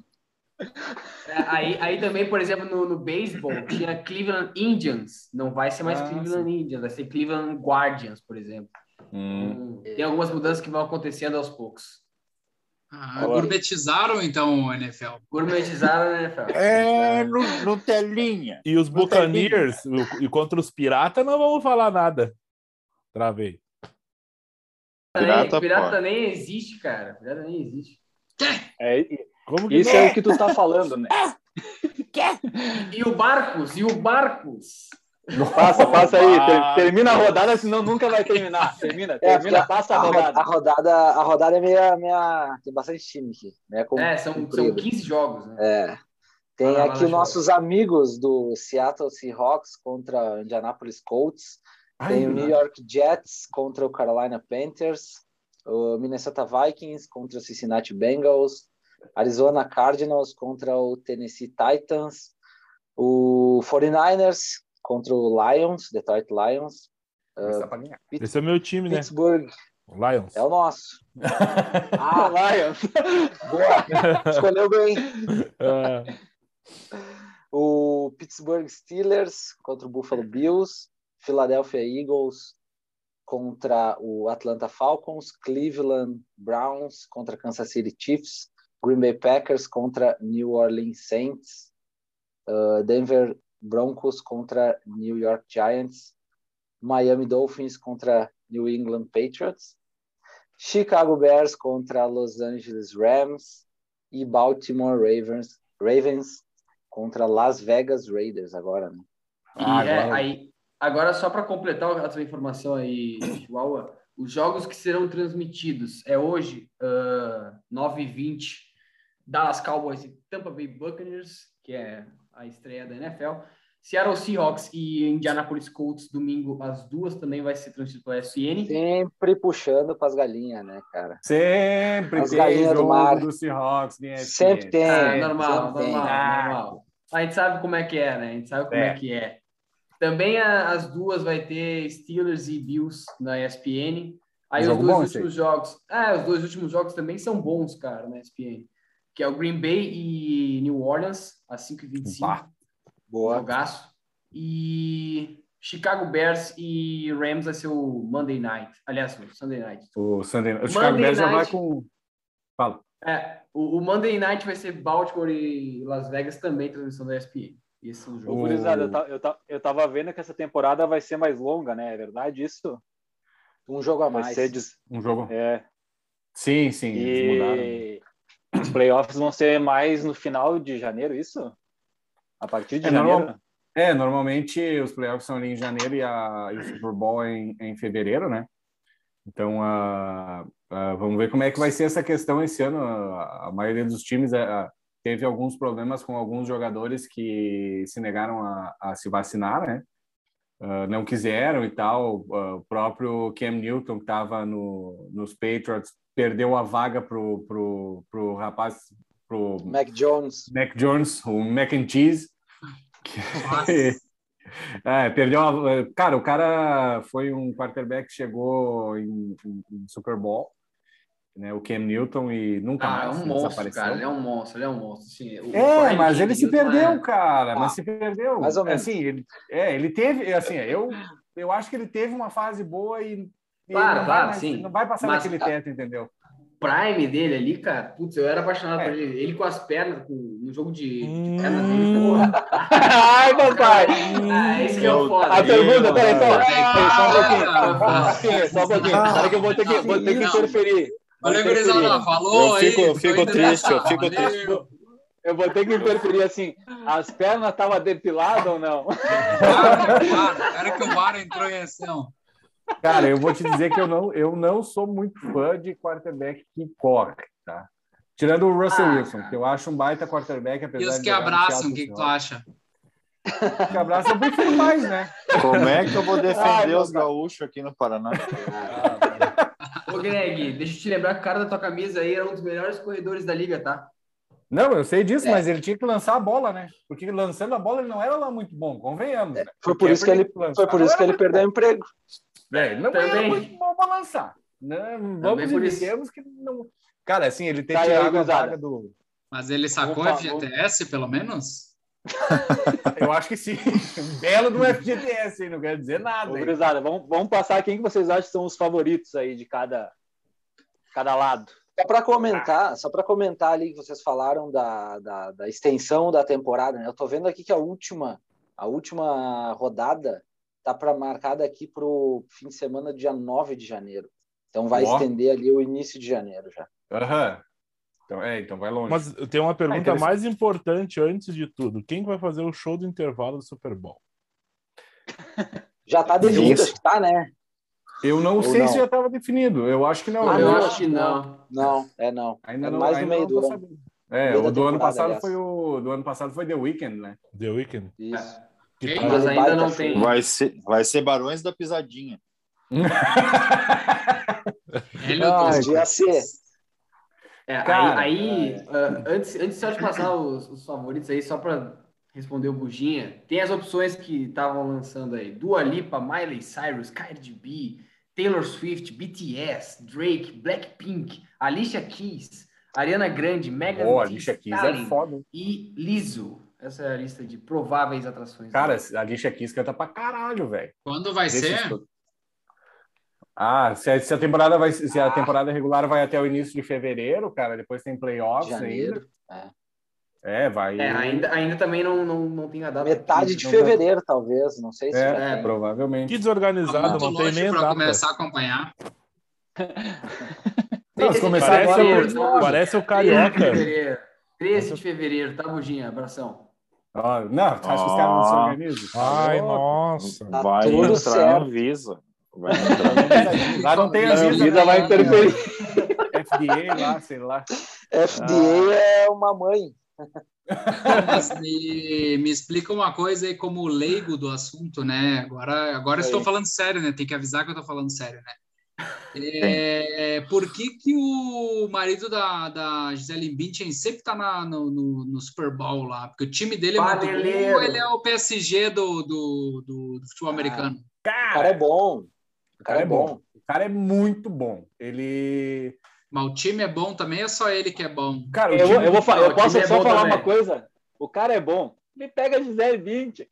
Aí também, por exemplo, no beisebol, tinha Cleveland Indians. Não vai ser mais Cleveland Indians, vai ser Cleveland Guardians, por exemplo. Tem algumas mudanças que vão acontecendo aos poucos. Gourmetizaram, então, o NFL. Gourmetizaram o NFL. No telinha. E os Buccaneers, e contra os Piratas, não vamos falar nada. Travei. Pirata nem existe, cara. Pirata nem existe. Como que isso é o que tu tá falando, né? E o Barcos? Passa aí. Termina a rodada, senão nunca vai terminar. Termina, passa a rodada. A rodada é meia... Tem bastante time aqui. Né? São 15 jogos. Né? Tem aqui nossos amigos do Seattle Seahawks contra o Indianapolis Colts. Tem o New York Jets contra o Carolina Panthers. O Minnesota Vikings contra o Cincinnati Bengals. Arizona Cardinals contra o Tennessee Titans. O 49ers contra o Lions, Detroit Lions. Esse é o meu time, Pittsburgh. Né? Lions. É o nosso. Lions. Boa. Escolheu bem. O Pittsburgh Steelers contra o Buffalo Bills. Philadelphia Eagles contra o Atlanta Falcons. Cleveland Browns contra Kansas City Chiefs. Green Bay Packers contra New Orleans Saints. Denver Broncos contra New York Giants. Miami Dolphins contra New England Patriots. Chicago Bears contra Los Angeles Rams. E Baltimore Ravens contra Las Vegas Raiders agora, né? Agora, só para completar a tua informação aí, Chihuahua, os jogos que serão transmitidos é hoje, 9h20, Dallas Cowboys e Tampa Bay Buccaneers, que é a estreia da NFL. Seattle Seahawks e Indianapolis Colts, domingo, às 2h também vai ser transmitido pela ESPN. Sempre puxando para as galinhas, né, cara? Sempre as tem galinhas jogo do mar. do Seahawks. Sempre tem. Normal. A gente sabe como é que é, né? A gente sabe como é que é. Também às 2h vai ter Steelers e Bills na ESPN. Aí os dois últimos jogos... os dois últimos jogos também são bons, cara, na ESPN. Que é o Green Bay e New Orleans, às 5h25. Boa. Jogaço. E Chicago Bears e Rams vai ser o Monday Night. Aliás, o Sunday Night. O Chicago Bears já vai com... Fala. O Monday Night vai ser Baltimore e Las Vegas também, transmissão da ESPN. Esse é o jogo. Eu tava vendo que essa temporada vai ser mais longa, né? É verdade isso? Um jogo a mais. Um jogo. Sim. Eles mudaram. Os playoffs vão ser mais no final de janeiro, isso? A partir de janeiro? Normalmente os playoffs são ali em janeiro e o Super Bowl em fevereiro, né? Então, vamos ver como é que vai ser essa questão esse ano. A maioria dos times teve alguns problemas com alguns jogadores que se negaram a se vacinar, né? Não quiseram e tal. O próprio Cam Newton, que estava nos Patriots, perdeu a vaga pro rapaz, pro Mac Jones, o Mac and Cheese. Perdeu cara, o cara foi um quarterback que chegou em Super Bowl, né, o Cam Newton, e nunca mais desapareceu. Cara, ele é um monstro. Sim, mas ele se perdeu, cara. Mas se perdeu. Mais ou menos. Assim, ele teve, assim, eu acho que ele teve uma fase boa e não vai passar naquele teto, entendeu? Prime dele ali, cara, putz, eu era apaixonado por ele. Ele com as pernas, no jogo de pernas dele, porra. Ai, papai! Esse que é o foda. A pergunta, peraí, só um pouquinho. Peraí que eu vou ter que interferir. Olha, gurizada, falou aí. Eu fico triste. Eu vou ter que interferir assim. As pernas estavam depiladas ou não? Era que o VAR entrou em ação. Cara, eu vou te dizer que eu não sou muito fã de quarterback que corre, tá? Tirando o Russell Wilson, que eu acho um baita quarterback, apesar de... E os que abraçam, o que tu acha? Os que abraçam eu prefiro mais, né? Como é que eu vou defender os gaúchos aqui no Paraná? Ô, Greg, deixa eu te lembrar que o cara da tua camisa aí era um dos melhores corredores da liga, tá? Não, eu sei disso, mas ele tinha que lançar a bola, né? Porque lançando a bola ele não era lá muito bom, convenhamos. Né? Foi por isso que ele perdeu o emprego. Não era muito bom para lançar. Vamos digamos que não. Cara, assim, ele tem tirado a vaga do. Mas ele sacou o FGTS, pelo menos? Eu acho que sim. Um belo do FGTS, hein? Não quero dizer nada. Gurizada, vamos passar quem que vocês acham que são os favoritos aí de cada lado. Só para comentar ali que vocês falaram da extensão da temporada, né? Eu tô vendo aqui que a última rodada tá marcada aqui para o fim de semana, dia 9 de janeiro. Então vai estender ali o início de janeiro já. Aham. Então vai longe. Mas tem uma pergunta mais importante antes de tudo. Quem vai fazer o show do intervalo do Super Bowl? Já tá definido, acho que tá, né? Eu não sei se já estava definido. Eu acho que não. Eu acho que não. Não. Ainda é não. mais Ainda no meio não do tô ano. sabendo. O do ano passado foi do ano passado foi The Weeknd, né? The Weeknd. Isso. Mas ainda não tem. Vai ser Barões da Pisadinha. Podia ser. Cara, antes só de passar os favoritos aí, só para responder o Buginha, tem as opções que estavam lançando aí: Dua Lipa, Miley Cyrus, Cardi B, Taylor Swift, BTS, Drake, Blackpink, Alicia Keys, Ariana Grande, Megan Thee Alicia Keys é foda. E Lizzo. Essa é a lista de prováveis atrações. Cara, a Alicia Keys canta pra caralho, velho. Quando vai ser? Se a temporada regular vai até o início de fevereiro, cara, depois tem playoffs janeiro, ainda. Vai. Ainda também não tem a data. Metade de fevereiro, talvez. Não sei se já tem. Provavelmente. Que desorganizado, não tem nem para começar a acompanhar. Parece o Carioca. 13 de fevereiro, tá, Buginha? Abração. Não, acho que os caras não se organizam. Ai, nossa. Tá Vai tudo entrar certo. no Visa. Vai entrar no Visa. Lá não tem a Visa, vai interferir. FDA lá, sei lá. FDA é uma mãe. Mas me explica uma coisa aí como leigo do assunto, né? Agora eu estou falando sério, né? Tem que avisar que eu estou falando sério, né? Por que o marido da Gisele Bündchen sempre tá no Super Bowl lá? Porque o time dele é muito bom, ou ele é o PSG do futebol americano? O cara é bom. O cara é bom. O cara é muito bom. Ele... Mas o time é bom também, é só ele que é bom? Cara, eu posso só falar uma coisa? O cara é bom. Ele pega a Gisele Bündchen.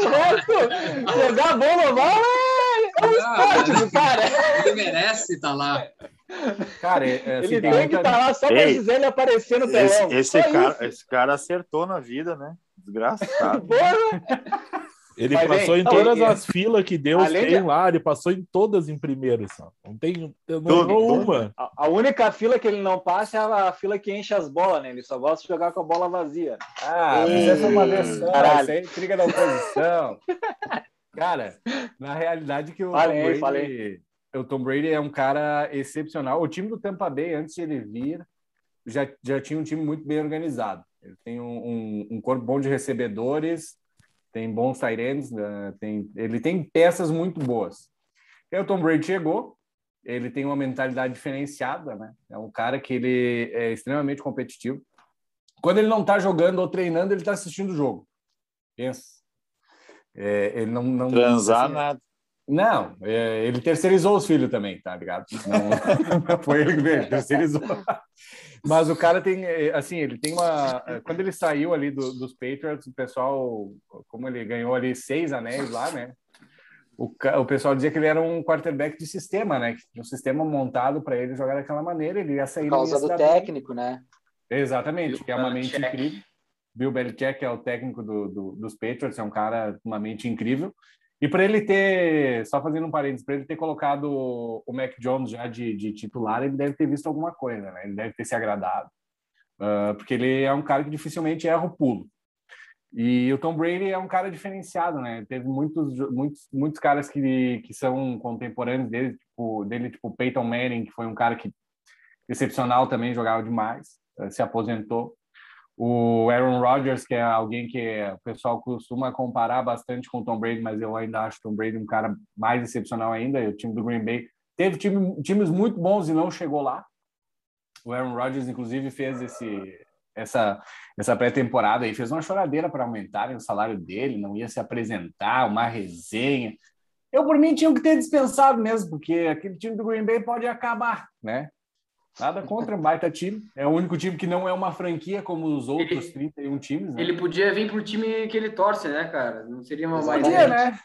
Jogar bola mal é um esporte do cara. Ele merece estar lá. Cara, ele tem que estar lá só pra Gisele aparecer no telão. Esse cara acertou na vida, né? Desgraçado. Ele passou em todas as filas que Deus tem lá, ele passou em todas em primeiro, só. Não errou uma. A única fila que ele não passa é a fila que enche as bolas, né? Ele só gosta de jogar com a bola vazia. Mas essa é uma versão, isso aí é intriga da oposição. Cara, na realidade que o Tom Brady é um cara excepcional. O time do Tampa Bay, antes de ele vir, já tinha um time muito bem organizado. Ele tem um corpo bom de recebedores, tem bons tight ends, ele tem peças muito boas. E o Tom Brady chegou, ele tem uma mentalidade diferenciada, né? É um cara que ele é extremamente competitivo. Quando ele não está jogando ou treinando, ele está assistindo o jogo. Pensa. Ele não transar assim, nada. Não, ele terceirizou os filhos também, tá ligado? Não foi ele que veio, terceirizou. Mas o cara tem, assim, ele tem uma... Quando ele saiu ali dos Patriots, o pessoal, como ele ganhou ali 6 anéis lá, né? O pessoal dizia que ele era um quarterback de sistema, né? Que tinha um sistema montado para ele jogar daquela maneira, ele ia sair... Por causa do técnico, né? Exatamente, que é uma mente incrível. Bill Belichick é o técnico dos Patriots, é um cara com uma mente incrível. E para ele ter, só fazendo um parênteses, para ele ter colocado o Mac Jones já de titular, ele deve ter visto alguma coisa, né? Ele deve ter se agradado, porque ele é um cara que dificilmente erra o pulo. E o Tom Brady é um cara diferenciado, né? Teve muitos caras que são contemporâneos dele, tipo o Peyton Manning, que foi um cara que excepcional também, jogava demais, se aposentou. O Aaron Rodgers, que é alguém que o pessoal costuma comparar bastante com o Tom Brady, mas eu ainda acho o Tom Brady um cara mais excepcional ainda. O time do Green Bay teve times muito bons e não chegou lá. O Aaron Rodgers, inclusive, fez essa pré-temporada e fez uma choradeira para aumentarem o salário dele, não ia se apresentar, uma resenha. Eu, por mim, tinha que ter dispensado mesmo, porque aquele time do Green Bay pode acabar, né? Nada contra, um baita time. É o único time que não é uma franquia como os outros 31 times, né? Ele podia vir pro time que ele torce, né, cara? Não seria uma má ideia. Né?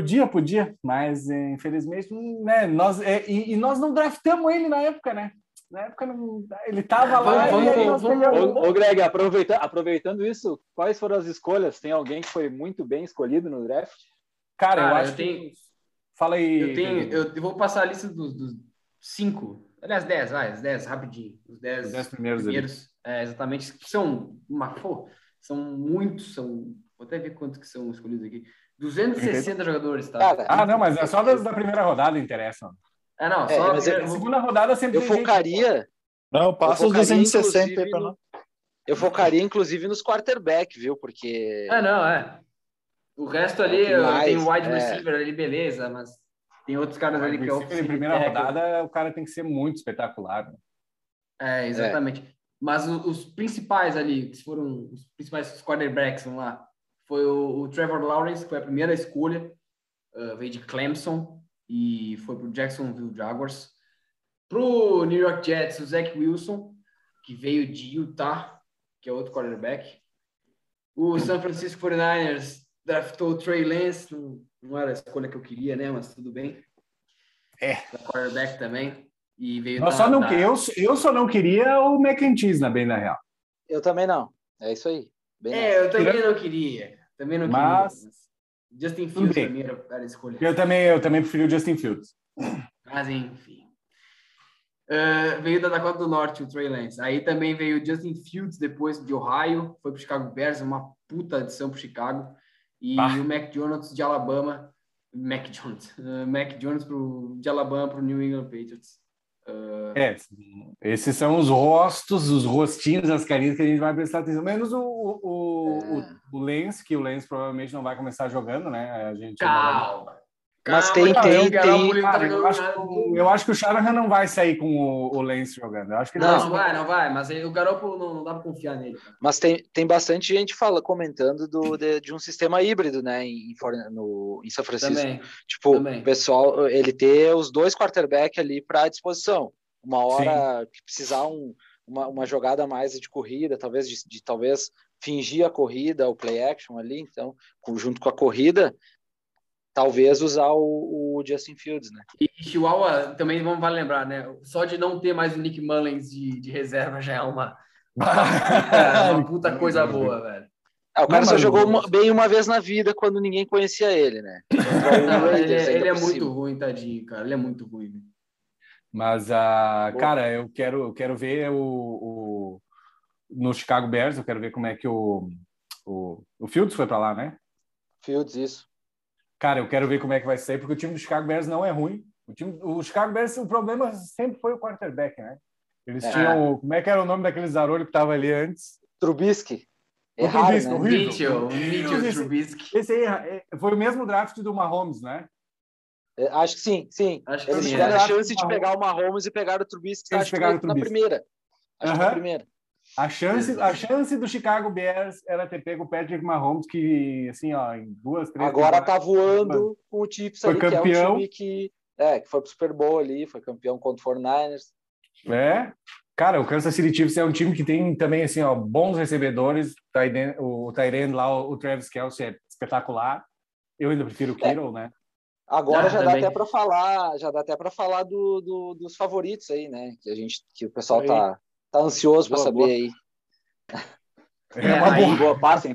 Podia, mas infelizmente, né? Nós não draftamos ele na época, né? Na época não, ele tava lá. Ô, Greg, aproveitando isso, quais foram as escolhas? Tem alguém que foi muito bem escolhido no draft? Cara, eu acho que... Fala aí. Eu vou passar a lista dos 5. Aliás, 10, vai, os 10, rapidinho. Os 10 primeiros. Exatamente. São muitos, vou até ver quantos que são escolhidos aqui. 260 jogadores, tá? Cara, não, mas é só da primeira rodada interessa. Não, só a segunda rodada sempre eu focaria... Não, passa os 260 aí pra nós. Eu focaria, inclusive, nos quarterback, viu? Porque... O resto ali, tem o wide receiver ali, beleza, mas tem outros caras ali que em primeira rodada, o cara tem que ser muito espetacular. Né? Exatamente. Mas os principais ali, que foram os principais quarterbacks, vamos lá, foi o Trevor Lawrence, que foi a primeira escolha, veio de Clemson e foi pro Jacksonville Jaguars. Pro New York Jets, o Zach Wilson, que veio de Utah, que é outro quarterback. O San Francisco 49ers draftou o Trey Lance, não era a escolha que eu queria, né? Mas tudo bem. Da quarterback também. E veio eu só não queria o mac and cheese na real. Eu também não. É isso aí. Eu também não queria. Mas Justin Fields pra mim era a escolha. Eu também preferi o Justin Fields. Mas enfim. Veio da Dakota do Norte o Trey Lance. Aí também veio o Justin Fields depois de Ohio. Foi pro Chicago Bears, uma puta adição pro Chicago. E o Mac Jones de Alabama. Mac Jones de Alabama pro New England Patriots. Esses são os rostinhos, as carinhas que a gente vai prestar atenção. Menos o Lance, que o Lance provavelmente não vai começar jogando, né? A gente Mas tem. Eu acho que o Shanahan não vai sair com o Lance jogando. Eu acho que não vai. Mas o Garoppolo não dá para confiar nele. Mas tem bastante gente comentando de um sistema híbrido, né? Em São Francisco. Também. O pessoal, ele ter os dois quarterbacks ali para disposição. Uma hora que precisar uma jogada mais de corrida, talvez talvez fingir a corrida, o play action ali, então, junto com a corrida. Talvez usar o Justin Fields, né? E Chihuahua também vale lembrar, né? Só de não ter mais o Nick Mullins de reserva já é uma puta coisa boa, velho. O cara só jogou bem uma vez na vida quando ninguém conhecia ele, né? Ele é muito ruim, tadinho, cara. Ele é muito ruim. Mas, cara, eu quero ver no Chicago Bears, eu quero ver como é que o Fields foi pra lá, né? Fields, isso. Cara, eu quero ver como é que vai sair, porque o time do Chicago Bears não é ruim. O Chicago Bears, o problema sempre foi o quarterback, né? Eles tinham... Como é que era o nome daquele zarolho que estava ali antes? Trubisky. Mitchell Trubisky. Esse aí foi o mesmo draft do Mahomes, né? Acho que sim. Eles tiveram a chance de pegar o Mahomes e pegaram o Trubisky. Acho que na primeira. A chance do Chicago Bears era ter pego o Patrick Mahomes, que, assim, ó, em 2, 3... Agora tá voando com o Chiefs ali, campeão. Que é um time que foi pro Super Bowl ali, foi campeão contra o 49ers. Cara, o Kansas City Chiefs é um time que tem também, assim, ó, bons recebedores. O Tyrion lá, o Travis Kelce é espetacular. Eu ainda prefiro o Kittle, né? Agora já dá até para falar dos favoritos aí, né? Que o pessoal tá ansioso para saber aí. Boa, passem.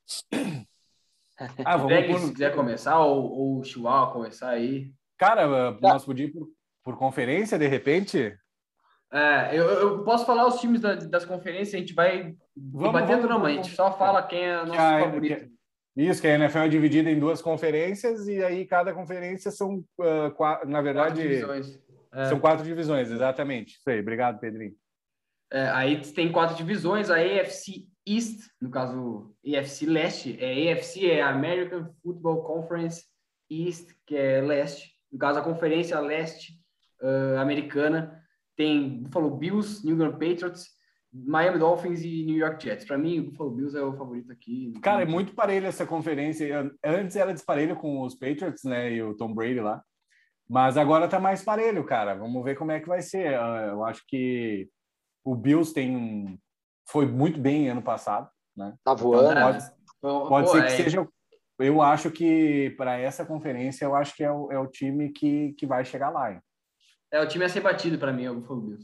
Vamos se quiser começar, ou o Chihuahua começar aí. Cara, nós podíamos ir por conferência, de repente? Eu posso falar os times das conferências, a gente vai debatendo, não, mas a gente só fala quem é nosso favorito. Isso, que a NFL é dividida em 2 conferências, e aí cada conferência são, na verdade... 4 divisões. São 4 divisões, exatamente. Isso aí, obrigado, Pedrinho. Aí tem 4 divisões, a AFC East, no caso, AFC Leste, AFC é American Football Conference East, que é leste. No caso, a Conferência Leste americana tem Buffalo Bills, New England Patriots, Miami Dolphins e New York Jets. Para mim, o Buffalo Bills é o favorito aqui. Cara, é muito parelho essa conferência. Antes era desparelho com os Patriots, né, e o Tom Brady lá. Mas agora tá mais parelho, cara. Vamos ver como é que vai ser. Eu acho que o Bills foi muito bem ano passado, né? Tá voando. Então, pode ser que seja... Eu acho que para essa conferência, eu acho que é o time que vai chegar lá, hein? O time a ser batido para mim, é o Buffalo Bills.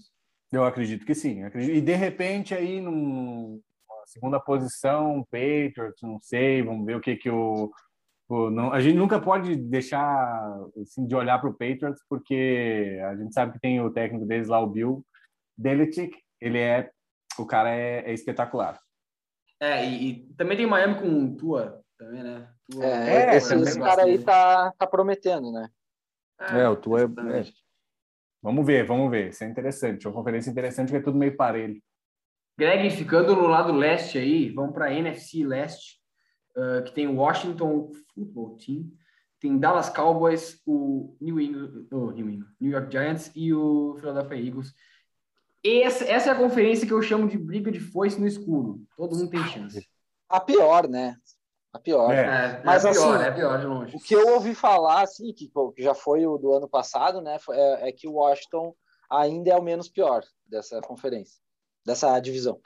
Eu acredito que sim. E de repente aí numa segunda posição, Patriots, não sei, vamos ver o que não, a gente nunca pode deixar assim, de olhar para o Patriots, porque a gente sabe que tem o técnico deles lá, o Bill Belichick, o cara é espetacular. E também tem Miami com o Tua também, né? Esse cara aí tá prometendo, né? O Tua Vamos ver. Isso é interessante. É uma conferência interessante, que é tudo meio parelho. Greg, ficando no lado leste aí, vamos para a NFC Leste, que tem o Washington Football Team, tem Dallas Cowboys, o New York Giants e o Philadelphia Eagles. Essa é a conferência que eu chamo de briga de foice no escuro. Todo mundo tem chance. A pior, né? A pior. Mas é pior de longe. O que eu ouvi falar, assim, que já foi o do ano passado, né? É que o Washington ainda é o menos pior dessa conferência, dessa divisão.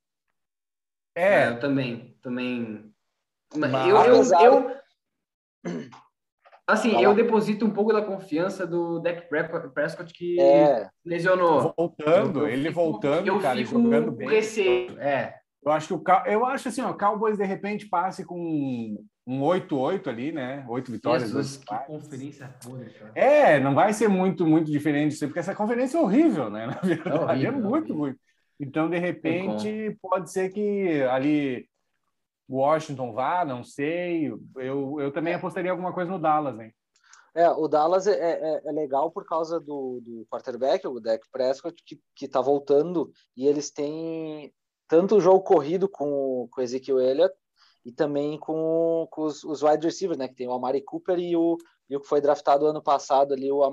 Eu também. Eu deposito um pouco da confiança do Dak Prescott, que lesionou. Ele voltando, cara, e jogando bem. Receio. Eu acho assim, o Cowboys de repente passe com um 8-8 ali, né? 8 vitórias. Jesus, que conferência boa, cara. Não vai ser muito, muito diferente disso, porque essa conferência é horrível, né? Na verdade, é muito. Então, de repente, pode ser que ali Washington vá, não sei. Eu também apostaria alguma coisa no Dallas, hein? O Dallas é legal por causa do quarterback, o Dak Prescott, que tá voltando, e eles têm tanto o jogo corrido com o Ezekiel Elliott e também com os wide receivers, né? Que tem o Amari Cooper e o que foi draftado ano passado ali, o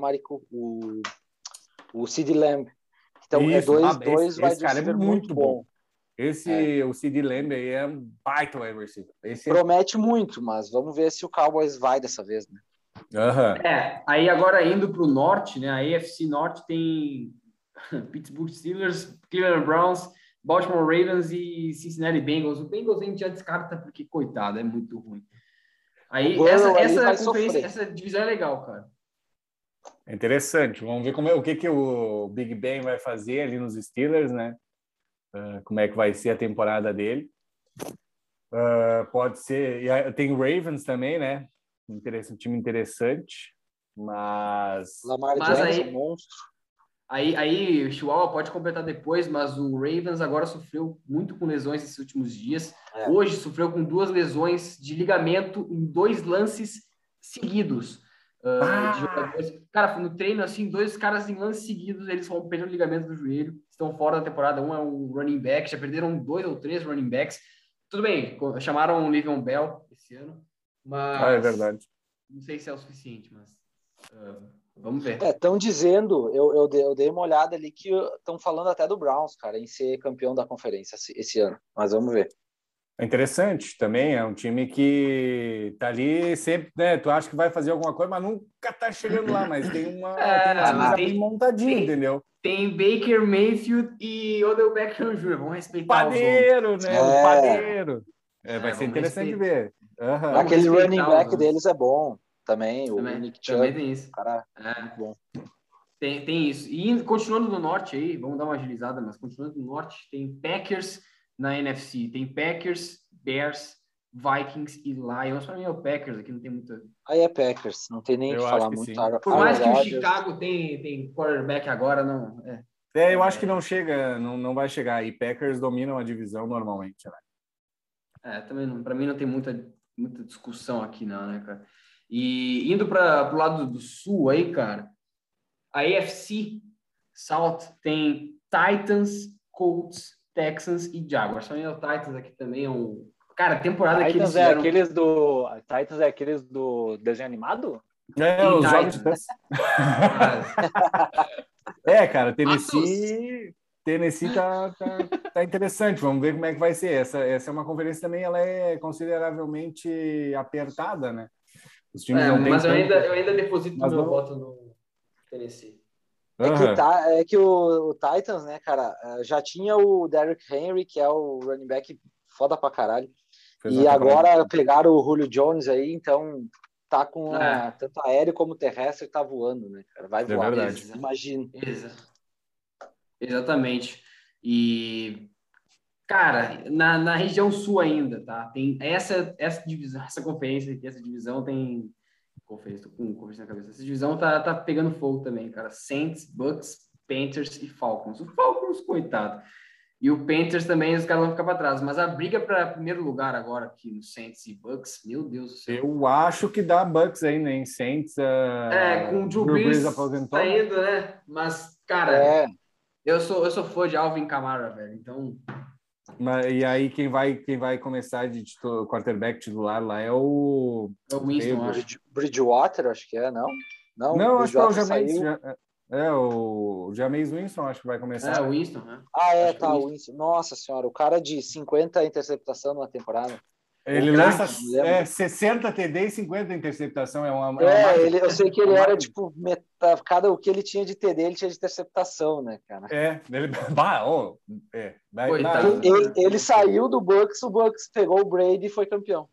CeeDee Lamb. Então, dois wide receivers muito bom. O CeeDee Lamb aí é um baita wide receiver. Promete muito, mas vamos ver se o Cowboys vai dessa vez, né? Aí agora indo para o norte, né? A AFC Norte tem Pittsburgh Steelers, Cleveland Browns, Baltimore Ravens e Cincinnati Bengals. O Bengals a gente já descarta porque, coitado, é muito ruim. Aí essa divisão é legal, cara. É interessante. Vamos ver o que o Big Ben vai fazer ali nos Steelers, né? Como é que vai ser a temporada dele. Pode ser... Tem o Ravens também, né? Um time interessante. Mas Lamar Jackson, monstro. Aí o Chihuahua pode completar depois, mas o Ravens agora sofreu muito com lesões nesses últimos dias. Hoje sofreu com 2 lesões de ligamento em 2 lances seguidos. De jogadores. Cara, no treino, assim, 2 caras em lances seguidos, eles romperam o ligamento do joelho, estão fora da temporada. Um é um running back, já perderam 2 ou 3 running backs. Tudo bem, chamaram o Le'Veon Bell esse ano, mas é verdade. Não sei se é o suficiente, mas vamos ver. Estão dizendo, eu dei uma olhada ali que estão falando até do Browns, cara, em ser campeão da conferência esse ano, mas vamos ver. É interessante também, é um time que tá ali sempre, né? Tu acha que vai fazer alguma coisa, mas nunca tá chegando lá, mas tem tem montadinho, entendeu? Tem Baker Mayfield e Odell Beckham Jr., vamos respeitar Padeiro, né? O padeiro. Vai ser interessante ver. Aquele running back deles é bom também, o Nick Chubb. Também tem isso. Cara, muito bom. Tem isso. E continuando no norte aí, vamos dar uma agilizada, mas continuando no norte, tem Packers na NFC. Tem Packers, Bears, Vikings e Lions. Para mim é o Packers, aqui não tem muita... Aí é Packers, não tem nem o que falar muito. Por mais que o Chicago tem quarterback agora, não... eu acho que não chega, não vai chegar. E Packers dominam a divisão normalmente, né? Também para mim não tem muita discussão aqui não, né, cara? E indo para o lado do sul aí, cara, a AFC South tem Titans, Colts, Texans e Jaguars. Também o Titans aqui também é um... Cara, temporada Titans que eles fizeram... Titans é aqueles do desenho animado? Os jogos de... cara, Tennessee tá interessante. Vamos ver como é que vai ser. Essa é uma conferência também, ela é consideravelmente apertada, né? Os times não mas eu ainda deposito meu voto no Tennessee. É que o Titans, né, cara, já tinha o Derrick Henry, que é o running back foda pra caralho. E agora pegaram o Julio Jones aí, então tá com tanto aéreo como terrestre, tá voando, né, cara? Vai voar, verdade. Imagina. Exatamente. E, cara, na região sul ainda, tá? Tem essa divisão, essa conferência aqui, essa divisão tem... Conferência, tô com conferência na cabeça. Essa divisão tá pegando fogo também, cara. Saints, Bucks, Panthers e Falcons. O Falcons, coitado. E o Panthers também, os caras vão ficar para trás. Mas a briga para primeiro lugar agora aqui no Saints e Bucks, meu Deus do céu. Eu acho que dá Bucks aí, né? Em Saints. Com o Drew Brees saindo, né? Mas, cara, eu sou fã de Alvin Kamara, velho. Então... E aí quem vai começar de quarterback titular lá é o Winston, acho. Bridgewater, acho que é, não? Não, acho que é o Jameis. O Jameis Winston, acho que vai começar. O Winston, né? O Winston. Nossa senhora, o cara de 50 interceptação numa temporada. Ele lança 60 TD e 50 interceptação. Eu sei que ele era tipo metade, o que ele tinha de TD, ele tinha de interceptação, né, cara? Ele saiu do Bucks, o Bucks pegou o Brady e foi campeão.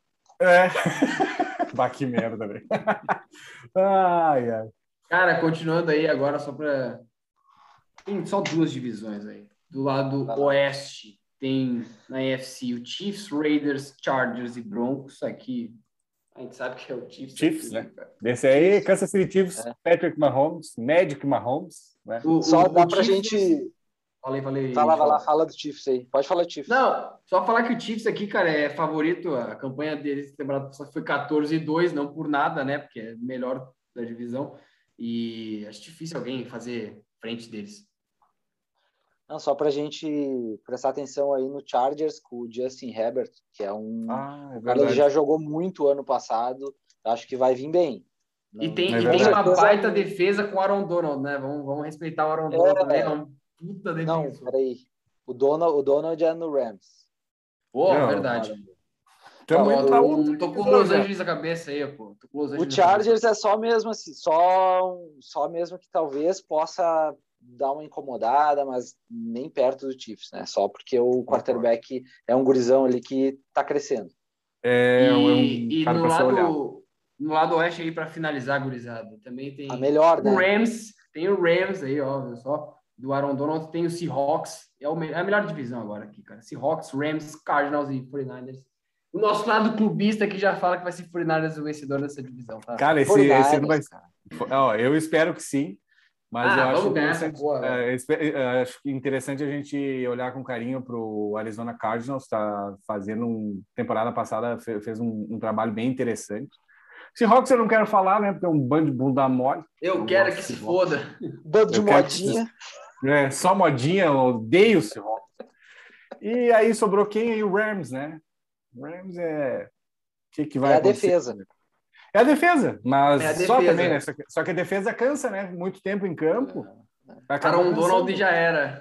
Que merda, velho. Ai. Cara, continuando aí agora, tem só 2 divisões aí. Do lado oeste, tem na AFC o Chiefs, Raiders, Chargers e Broncos. Aqui, a gente sabe que é o Chiefs. Chiefs, né? Desse aí, Kansas City Chiefs, Patrick Mahomes, Magic Mahomes. Né? Só dá pra gente... Falei. Fala do Chiefs aí. Pode falar do Chiefs. Não, só falar que o Chiefs aqui, cara, é favorito. A campanha deles temporada foi 14-2, não por nada, né? Porque é melhor da divisão. E acho difícil alguém fazer frente deles. Não, só pra gente prestar atenção aí no Chargers com o Justin Herbert, que é um... Ele já jogou muito ano passado. Acho que vai vir bem. E tem uma baita defesa com o Aaron Donald, né? Vamos respeitar o Aaron Donald também. É um puta defesa. Não, peraí. O Donald é no Rams. Verdade. Tô com Los Angeles na cabeça aí, pô. O Chargers é só mesmo assim, só mesmo que talvez possa dar uma incomodada, mas nem perto do Chiefs, né? Só porque o quarterback é um gurizão ali que tá crescendo. E no lado oeste aí, para finalizar, gurizada, também tem a melhor, né? Tem o Rams aí, óbvio, só do Aaron Donald, tem o Seahawks, é a melhor divisão agora aqui, cara. Seahawks, Rams, Cardinals e 49ers. O nosso lado clubista aqui já fala que vai ser 49ers o vencedor dessa divisão, tá? Cara, esse não vai... eu espero que sim, mas eu acho interessante a gente olhar com carinho para o Arizona Cardinals, tá fazendo temporada passada, fez um trabalho bem interessante. Seahawks eu não quero falar, né? Porque é um bando de bunda mole. Eu quero que se foda. Bando de modinha. Só modinha, eu odeio o Seahawks. E aí sobrou quem? Aí o Rams, né? O Rams o que vai acontecer? Defesa. É a defesa, mas só também, né? Só que a defesa cansa, né? Muito tempo em campo. Aaron Donald já era.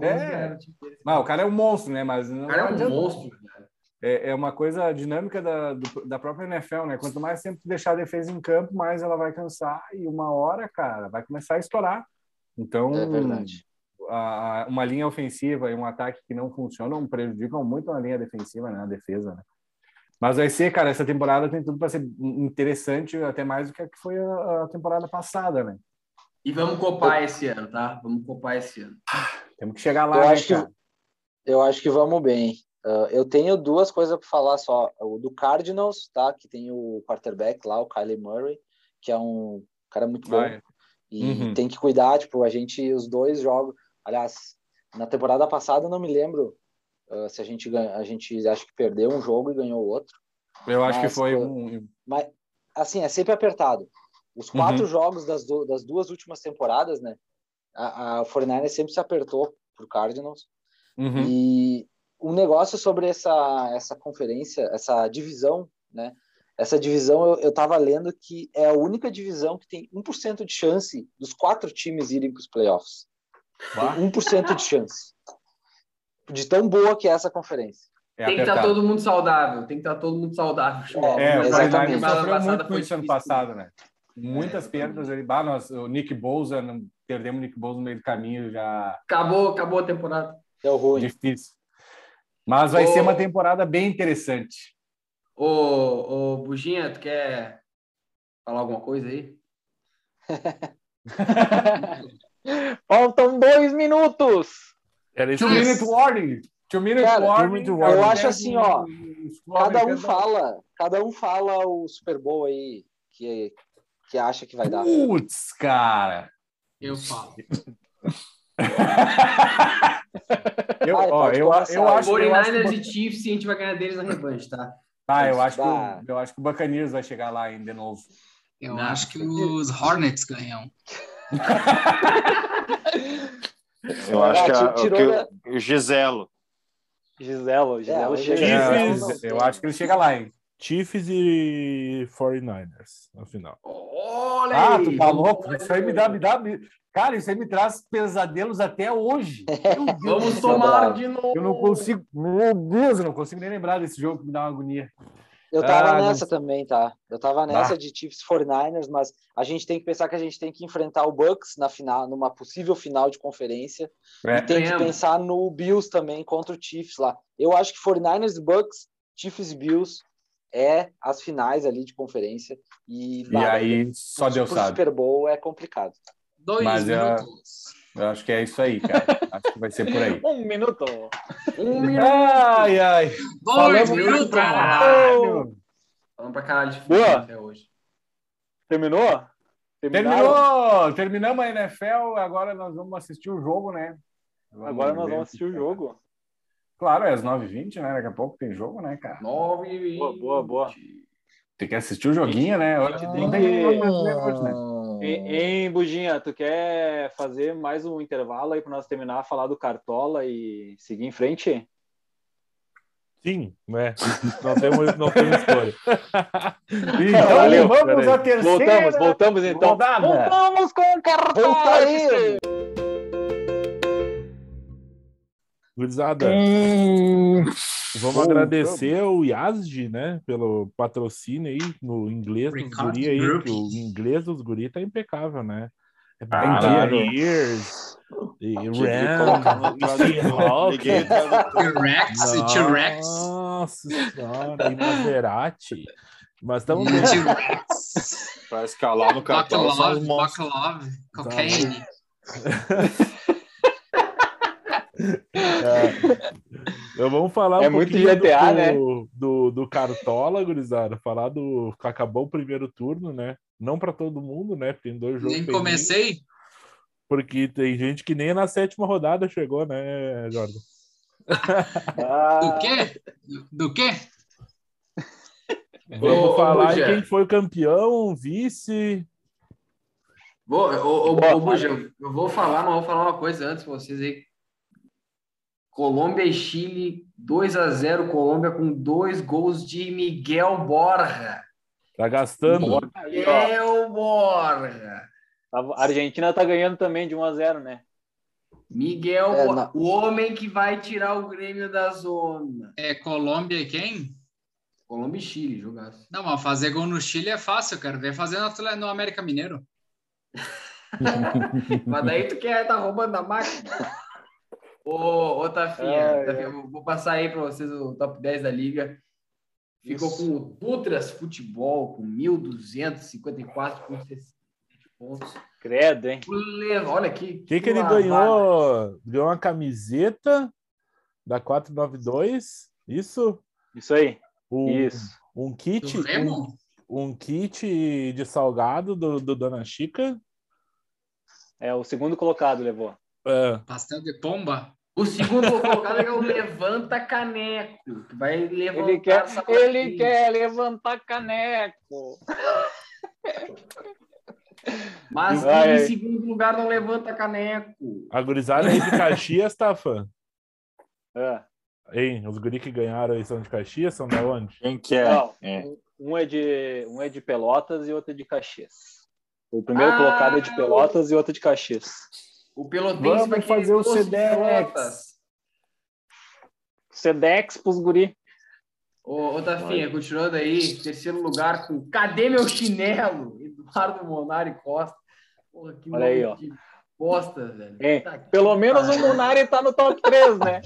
O cara é um monstro, né? Mas não, o cara é um monstro, cara. É uma coisa dinâmica da própria NFL, né? Quanto mais tempo deixar a defesa em campo, mais ela vai cansar e uma hora, cara, vai começar a estourar. Então, é verdade. Uma linha ofensiva e um ataque que não funcionam prejudicam muito a linha defensiva, né? A defesa, né? Mas vai ser, cara, essa temporada tem tudo para ser interessante, até mais do que foi a temporada passada, né? E vamos copar esse ano, tá? Vamos copar esse ano. Temos que chegar lá, Eu acho que vamos bem. Eu tenho 2 coisas para falar só. O do Cardinals, tá? Que tem o quarterback lá, o Kyler Murray, que é um cara muito bom. E tem que cuidar, tipo, os 2 jogos... Aliás, na temporada passada eu não me lembro se a gente acho que perdeu um jogo e ganhou outro. Eu acho que foi Mas, assim, é sempre apertado. Os 4 jogos das 2 últimas temporadas, né? A 49ers sempre se apertou pro Cardinals. E um negócio sobre essa conferência, essa divisão, né? Essa divisão, eu tava lendo que é a única divisão que tem 1% de chance dos 4 times irem para os playoffs. 1% de chance. De tão boa que é essa conferência. Tem que estar todo mundo saudável. Exatamente. Sofreu muito com isso ano passado, né? Muitas perdas ali. O Nick Bosa, perdemos o Nick Bosa no meio do caminho já. Acabou a temporada. Deu ruim. Difícil. Mas vai ser uma temporada bem interessante. Ô, Buginha, tu quer falar alguma coisa aí? Faltam 2 minutos. Era isso 2-minute warning. 2-minute warning. Eu acho assim, ó. Cada um fala o Super Bowl aí que acha que vai dar. Putz, cara. Eu falo. Eu acho 49ers e Chiefs, e a gente vai ganhar deles na revanche, tá? Eu acho que o Buccaneers vai chegar lá ainda de novo. Eu acho que os Hornets ganham. Eu acho que o Giselo. Giselo chega. Eu acho que ele chega lá, hein? Chiefs e 49ers, no final. Olha aí! Tu tá louco? Isso aí me dá... Cara, isso aí me traz pesadelos até hoje. Vamos tomar de novo. Eu não consigo... Meu Deus, eu não consigo nem lembrar desse jogo que me dá uma agonia. Eu tava nessa também, tá? Eu tava nessa de Chiefs 49ers, mas a gente tem que pensar que a gente tem que enfrentar o Bucks na final, numa possível final de conferência. E tem que pensar no Bills também contra o Chiefs lá. Eu acho que 49ers e Bucks, Chiefs e Bills as finais ali de conferência. E aí só Deus sabe. Super Bowl é complicado. 2 minutos. Eu acho que é isso aí, cara. Acho que vai ser por aí. 1 minuto. Ai. 2 minutos. Falando pra caralho de futebol até hoje. Terminou? Terminamos a NFL, agora nós vamos assistir o jogo, né? Agora nós vamos assistir o jogo. Claro, é às 9h20, né? Daqui a pouco tem jogo, né, cara? 9h20. Boa. Tem que assistir o joguinho, né? Hoje não tem jogo brasileiro hoje, né? Hein, Buginha, tu quer fazer mais um intervalo aí para nós terminar a falar do Cartola e seguir em frente? Sim, né? Não temos escolha. Então, vamos à terceira. Voltamos então. Rodada. Voltamos com o Cartola. Gurizada, vamos agradecer o Yazdi, né, pelo patrocínio aí no inglês dos guri aí, que o inglês dos guri tá impecável, né? Years, e T-Rex. Nossa senhora, e Maserati. Mas estamos para escalar no cartão. Baklava, cocaine. Vamos falar um pouquinho muito GTA, do Cartola, gurizada. Falar do que acabou o primeiro turno, né? Não para todo mundo, né? Tem 2 jogos. Nem comecei. Porque tem gente que nem na 7ª rodada chegou, né, Jordan? Do quê? Vamos falar em quem foi campeão, vice. Buja, eu vou falar, mas vou falar uma coisa antes para vocês aí. Colômbia e Chile, 2-0, Colômbia com 2 gols de Miguel Borja. Tá gastando. Miguel Borja. A Argentina tá ganhando também de 1-0, né? Miguel, o homem que vai tirar o Grêmio da zona. É Colômbia e quem? Colômbia e Chile, jogaço. Não, mas fazer gol no Chile é fácil, eu quero ver fazer no América Mineiro. Mas daí tu quer tá roubando a máquina. Ô Tafinha, vou passar aí para vocês o top 10 da liga. Ficou com o Dutras Futebol com 1.254,60 pontos. Credo, hein? Olha aqui. O que ele ganhou? Ganhou uma camiseta da 492, isso? Isso aí. Isso. Um kit de salgado do Dona Chica. O segundo colocado levou. Pastel de pomba. O segundo colocado é o Levanta Caneco. Que vai levantar ele quer levantar caneco. Mas em segundo lugar não levanta caneco. A gurizada aí de Caxias, tá, fã? Hein? Os guri que ganharam aí são de Caxias? São da onde? Quem que é? Não, um é de Pelotas e outro é de Caxias. O primeiro colocado é de Pelotas e outro é de Caxias. O pelotense vai fazer o Sedex. Sedex pros guri. Ô Tafinha, continuando aí, terceiro lugar com Cadê Meu Chinelo? Eduardo Monari Costa. Porra, que olha aí, ó. Bosta, velho. Pelo menos o Munari tá no top 3, né?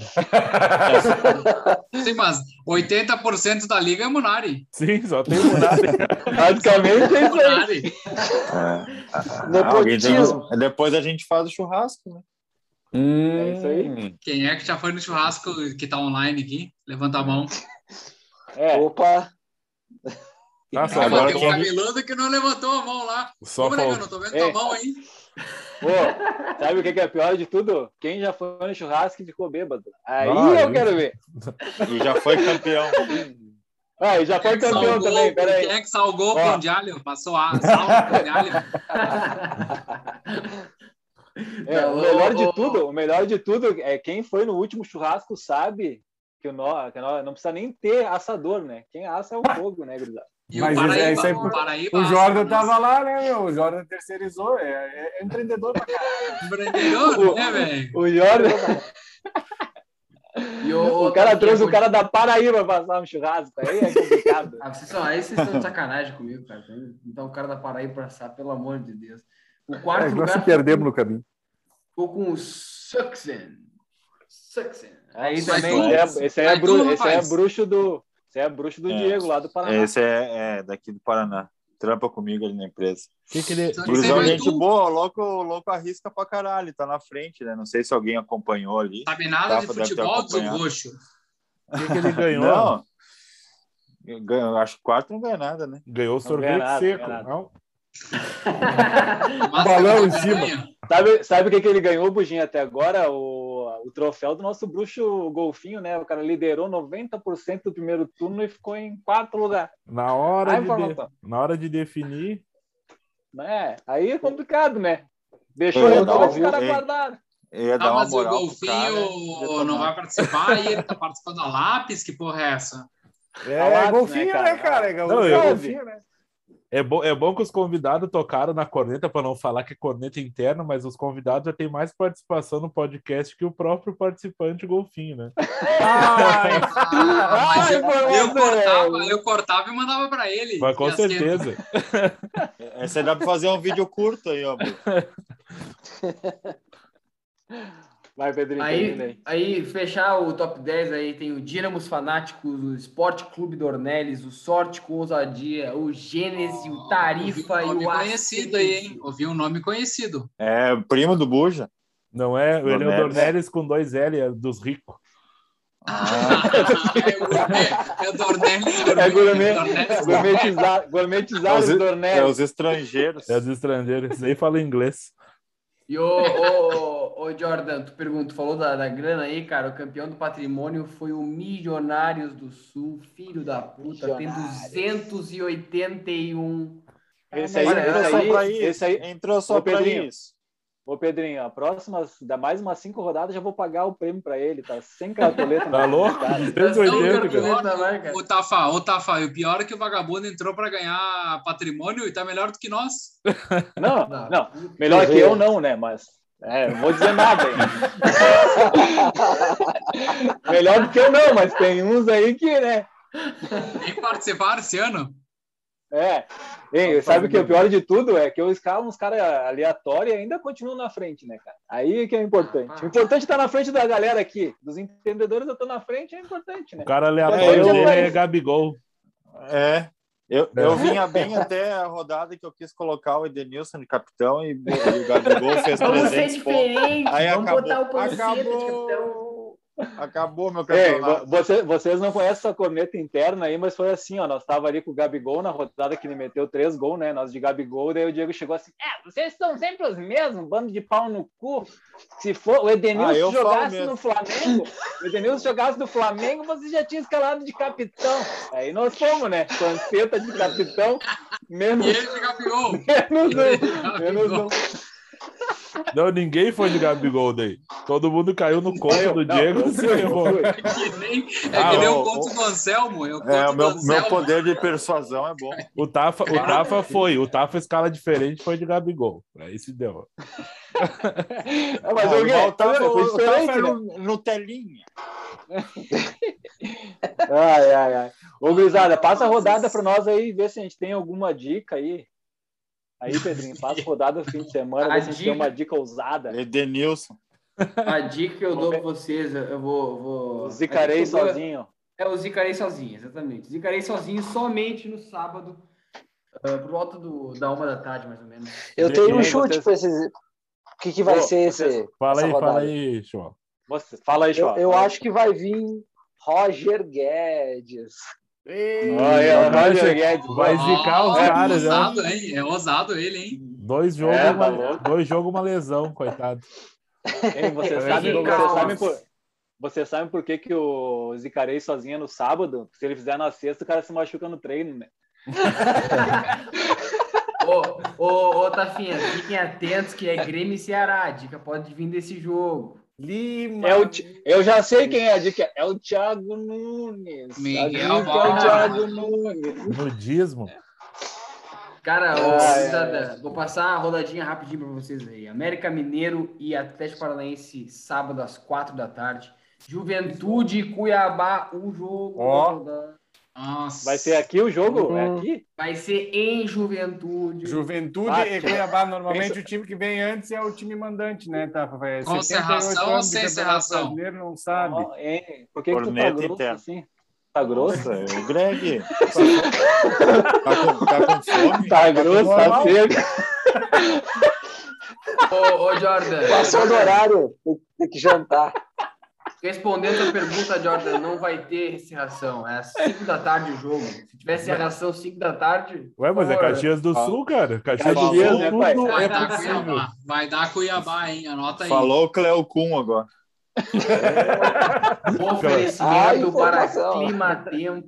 Sim, mas 80% da liga é Munari. Sim, só tem Munari. Basicamente é isso aí. Munari. Nepotismo. Depois a gente faz o churrasco, né? É isso aí. Quem é que já foi no churrasco que tá online aqui? Levanta a mão. Opa! Nossa, Agora tem um cabeludo que não levantou a mão lá. Só Como, falta. não tô vendo tua mão aí. Sabe o que é pior de tudo? Quem já foi no churrasco e ficou bêbado. Aí eu quero ver. E já foi campeão. E já foi campeão também, peraí. Quem é que salgou o pão de alho? Passou sal no pão de alho. O melhor de tudo é quem foi no último churrasco sabe que nós não precisa nem ter assador, né? Quem assa é o fogo, né, gurizada? E mas o Paraíba, isso aí, o Jordan tava lá, né, meu? O Jordan terceirizou, é empreendedor pra caralho. Empreendedor, né, velho? O Jordan... o cara trouxe o cara da Paraíba pra passar um churrasco, aí é complicado. Vocês estão de sacanagem comigo, cara. Então o cara da Paraíba pra assar, pelo amor de Deus. O quarto lugar... Nós se perdemos no caminho. Ficou com o Suxen. Aí também, esse aí é bruxo do Diego, lá do Paraná. Esse é daqui do Paraná. Trampa comigo ali na empresa. Gurizão, gente boa, louco arrisca pra caralho, tá na frente, né? Não sei se alguém acompanhou ali. Sabe nada de futebol do Roxo. O que ele ganhou? Não. Acho que o quarto não ganha nada, né? Ganhou sorvete seco, não? Balão em cima. Sabe o que ele ganhou, Buginho, até agora? O troféu do nosso bruxo golfinho, né? O cara liderou 90% do primeiro turno e ficou em 4º lugar. Na hora de definir... Aí é complicado, né? Deixou os caras guardaram. Mas o golfinho não vai participar e ele tá participando da Lápis? Que porra é essa? Golfinho, né, cara? Golfinho, né? É bom que os convidados tocaram na corneta, para não falar que é corneta interna, mas os convidados já têm mais participação no podcast que o próprio participante golfinho, né? Mas eu cortava e mandava para ele. Mas com certeza. Essa dá para fazer um vídeo curto aí, ó. Vai, Pedrinho. Aí, fechar o top 10, aí tem o Dínamos Fanáticos, o Esporte Clube Dornelles, o Sorte com Ousadia, o Gênesis, o Tarifa e o conhecido aí, hein? Ouvi um nome conhecido. É, primo do Buja. Não é? Ele é o Dornelles com 2 L, é dos ricos. É Dornelles. Gourmetizado os Dornelles. É os estrangeiros. É os estrangeiros, nem fala inglês. E ô Jordan, tu falou da grana aí, cara, o campeão do patrimônio foi o Milionários do Sul, filho da puta, tem 281. Esse aí entrou só pra isso. Ô, Pedrinho, a próxima, dá mais umas 5 rodadas, já vou pagar o prêmio pra ele, tá? Sem cartoleta. Tá louco? 180, Ô, Tafa, e o pior é que o vagabundo entrou pra ganhar patrimônio e tá melhor do que nós. Não. Melhor que eu não, né? Mas, não vou dizer nada aí. Melhor do que eu não, mas tem uns aí que, né? Nem participaram esse ano. Sabe que o pior de tudo é que eu escalo uns caras aleatórios e ainda continuam na frente, né, cara? Aí que é importante. O importante é estar na frente da galera aqui. Dos entendedores eu tô na frente, é importante, né? O cara aleatório é Gabigol. Eu vinha bem até a rodada que eu quis colocar o Edenilson de capitão e o Gabigol fez 300 pontos. Vamos ser diferente, aí vamos botar o Panceta de capitão. Acabou meu campeonato. Vocês não conhecem essa corneta interna aí, mas foi assim, ó, nós tava ali com o Gabigol na rodada que ele meteu 3 gols, né, nós de Gabigol, daí o Diego chegou assim, vocês são sempre os mesmos, bando de pau no cu, se for o Edenilson jogasse no Flamengo, você já tinha escalado de capitão, aí nós fomos, né, Panceta de capitão, menos... E ele de Gabigol. Menos um. Não, ninguém foi de Gabigol daí. Todo mundo caiu no conto do Diego. É que nem o conto do Anselmo. Meu poder de persuasão é bom. O Tafa foi. O Tafa escala diferente, foi de Gabigol. Aí se deu. Mas o Tafa foi no telinha. Ai. Ô, gurizada, passa a rodada para nós aí, ver se a gente tem alguma dica aí. Aí, Pedrinho, faz rodada no fim de semana, você tem uma dica ousada. Edenilson. A dica que eu dou para vocês, eu vou... Zicarei sozinho. Eu zicarei sozinho, exatamente. Zicarei sozinho somente no sábado, por volta da 1h, mais ou menos. Eu tenho um chute para esses... O que vai ser esse? Fala aí, João. Fala aí, João. Eu acho que vai vir Roger Guedes. Roger Guedes. Vai zicar os caras, né? É ousado ele, hein? 2 jogos, uma lesão, coitado. Você sabe por que o Zicarei sozinho no sábado? Se ele fizer na sexta, o cara se machuca no treino, né? Ô, Tafinha, fiquem atentos que é Grêmio e Ceará. A dica pode vir desse jogo. Lima. Eu já sei quem é a dica. É o Thiago Nunes. Miguel é o Thiago Nunes. Nudismo. Cara, vou passar a rodadinha rapidinho para vocês aí. América Mineiro e Atlético Paranaense, sábado às 4h. Juventude e Cuiabá, o jogo. Nossa. Vai ser aqui o jogo? É aqui? Vai ser em Juventude. Juventude e Cuiabá. Normalmente o time que vem antes é o time mandante, né, Tafa? Com serração ou sem serração? Não sabe. Por que tu tá grosso assim? Tá grosso? O Greg. Tá com fome? Tá grosso, tá seco. Ô, Jordan. Passou do horário. Tem que jantar. Respondendo a pergunta, Jordan, não vai ter serração. É às 5h o jogo. Se tiver serração 5h... Ué, mas é Caxias do Sul, cara. Caxias do Sul, né, pai? Vai dar Cuiabá, hein? Anota aí. Falou o Cleo Kuhn agora. Oferecimento para Climatempo.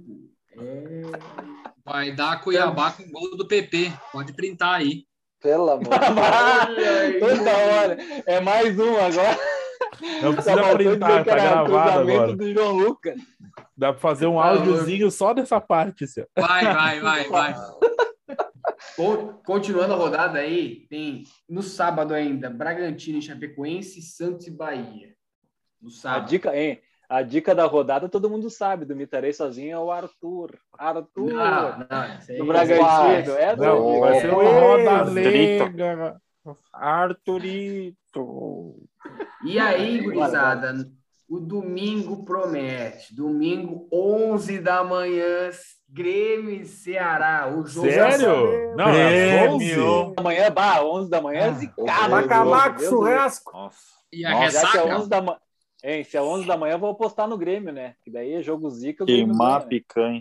Vai dar Cuiabá com gol do PP. Pode printar aí. Pelo amor de Deus. Toda hora. É mais um agora. Não precisa printar, tá gravado agora. Do João Lucas. Dá pra fazer um áudiozinho só dessa parte. Assim. Vai. Continuando a rodada aí, tem no sábado ainda Bragantino e Chapecoense, Santos e Bahia. No sábado. A dica da rodada todo mundo sabe, do Mitarei sozinho é o Arthur. Do Bragantino. Vai ser uma roda lega. Arthurito. E aí, gurizada, o domingo promete. Domingo, 11h, Grêmio e Ceará. O jogo. Sério? Não, é 11 amanhã, 11h, zicado. Vai acabar com o churrasco. E a ressaca? Se é 11h, eu vou apostar no Grêmio, né? Que daí é jogo zica. Queimar a picanha.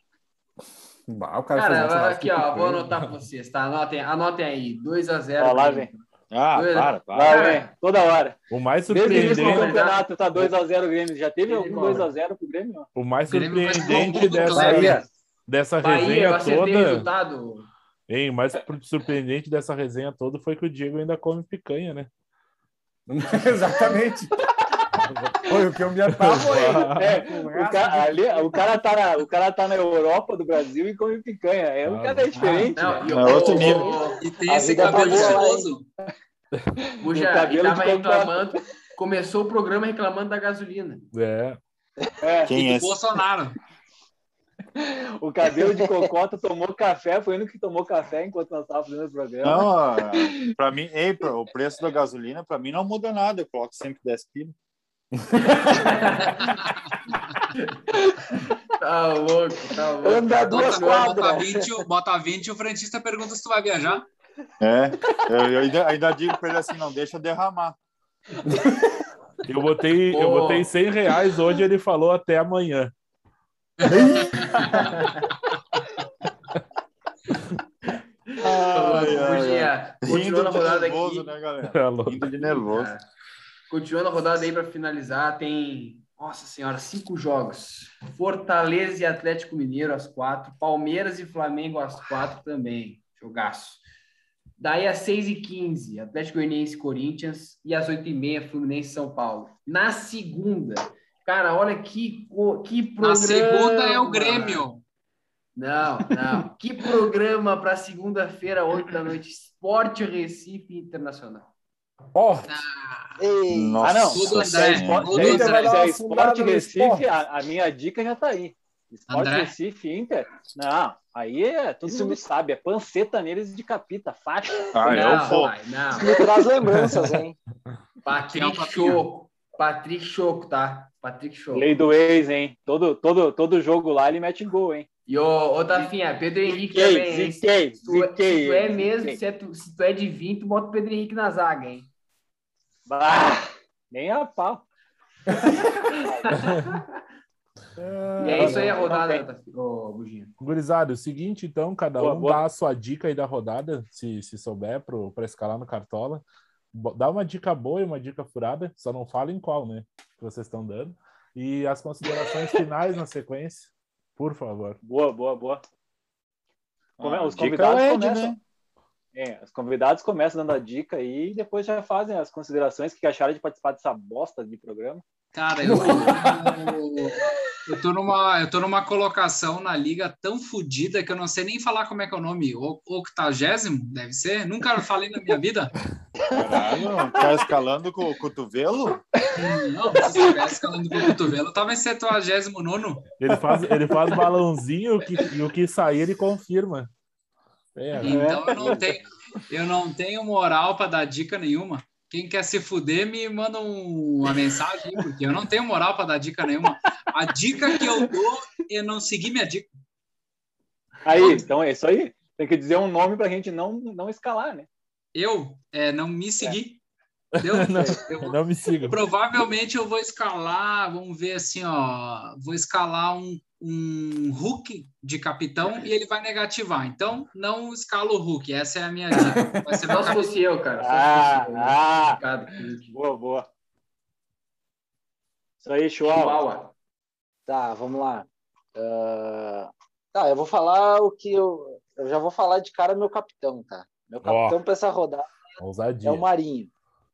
Cara, aqui, ó, vou anotar para vocês, tá? Anotem aí. 2-0. Ó, lá vem. Para. Lá vem, toda hora. O mais surpreendente... Desde o campeonato tá 2-0 o Grêmio. Já teve algum 2-0 pro Grêmio? O mais surpreendente dessa resenha toda... O mais surpreendente dessa resenha toda foi que o Diego ainda come picanha, né? Exatamente. Foi o que eu me atavo aí. O cara tá na Europa do Brasil e come picanha. O cara é diferente. É outro nível. E tem esse cabelo estiloso. O cabelo tava reclamando. Começou o programa reclamando da gasolina. Quem é? Bolsonaro. O cabelo de cocota tomou café, foi o único que tomou café enquanto nós estávamos fazendo o programa. Não, para mim, o preço da gasolina, para mim, não muda nada. Eu coloco sempre 10 quilos. Tá louco. Anda 2 quadras. Bota 20 e o frentista pergunta se tu vai viajar. Eu ainda digo para ele assim, não deixa eu derramar. Eu botei R$100 hoje, ele falou até amanhã. Continuando a rodada nervoso, aqui, né, galera? Rindo de nervoso. Continuando a rodada aí para finalizar, tem, nossa senhora, 5 jogos. Fortaleza e Atlético Mineiro às 4, Palmeiras e Flamengo às 4 também, jogaço. Daí às 6h15, Atlético Goianiense e Corinthians, e às 8h30, Fluminense e São Paulo. Na segunda, cara, olha que programa. Na segunda é o Grêmio. Não. Que programa para segunda-feira, 8h, Sport Recife Internacional. Não. Tudo Se é Sport Recife, a minha dica já tá aí. Sport Recife Inter. Não, Aí todo mundo sabe, é panceta neles de capita, faixa. Não. Isso me traz lembranças, hein? Patrick Choco, tá? Patrick Choco. Lei do ex, hein? Todo jogo lá ele mete gol, hein? E ô Tafinha, Pedro Henrique também, hein? Se tu é de 20, tu bota o Pedro Henrique na zaga, hein? Nem a pau. E é isso aí a rodada, Buginho. Gurizada, o seguinte, então, cada um dá a sua dica aí da rodada, se souber, para escalar no Cartola. Dá uma dica boa e uma dica furada, só não falem qual, né, que vocês estão dando. E as considerações finais na sequência, por favor. Boa. Os convidados começam... Né? Os convidados começam dando a dica aí e depois já fazem as considerações que acharam de participar dessa bosta de programa. Cara, eu tô numa colocação na liga tão fodida que eu não sei nem falar como é que é o nome. 80º, deve ser? Nunca falei na minha vida. Caralho, tá escalando com o cotovelo? Não, se estivesse escalando com o cotovelo, vai ser 79º. Ele faz balãozinho e o que sair ele confirma. Então eu não tenho moral para dar dica nenhuma. Quem quer se fuder, me manda uma mensagem, porque eu não tenho moral para dar dica nenhuma. A dica que eu dou é não seguir minha dica. Então é isso aí. Tem que dizer um nome pra gente não escalar, né? Não me seguir. Não me siga. Provavelmente eu vou escalar, vamos ver assim, vou escalar um Hulk de capitão e ele vai negativar. Então, não escala o Hulk. Essa é a minha dica. Vai ser só se fosse eu, cara. Boa. Isso aí, Chihuahua. Tá, vamos lá. Eu vou falar o que eu já vou falar de cara meu capitão, tá? Meu capitão para essa rodada é o Marinho.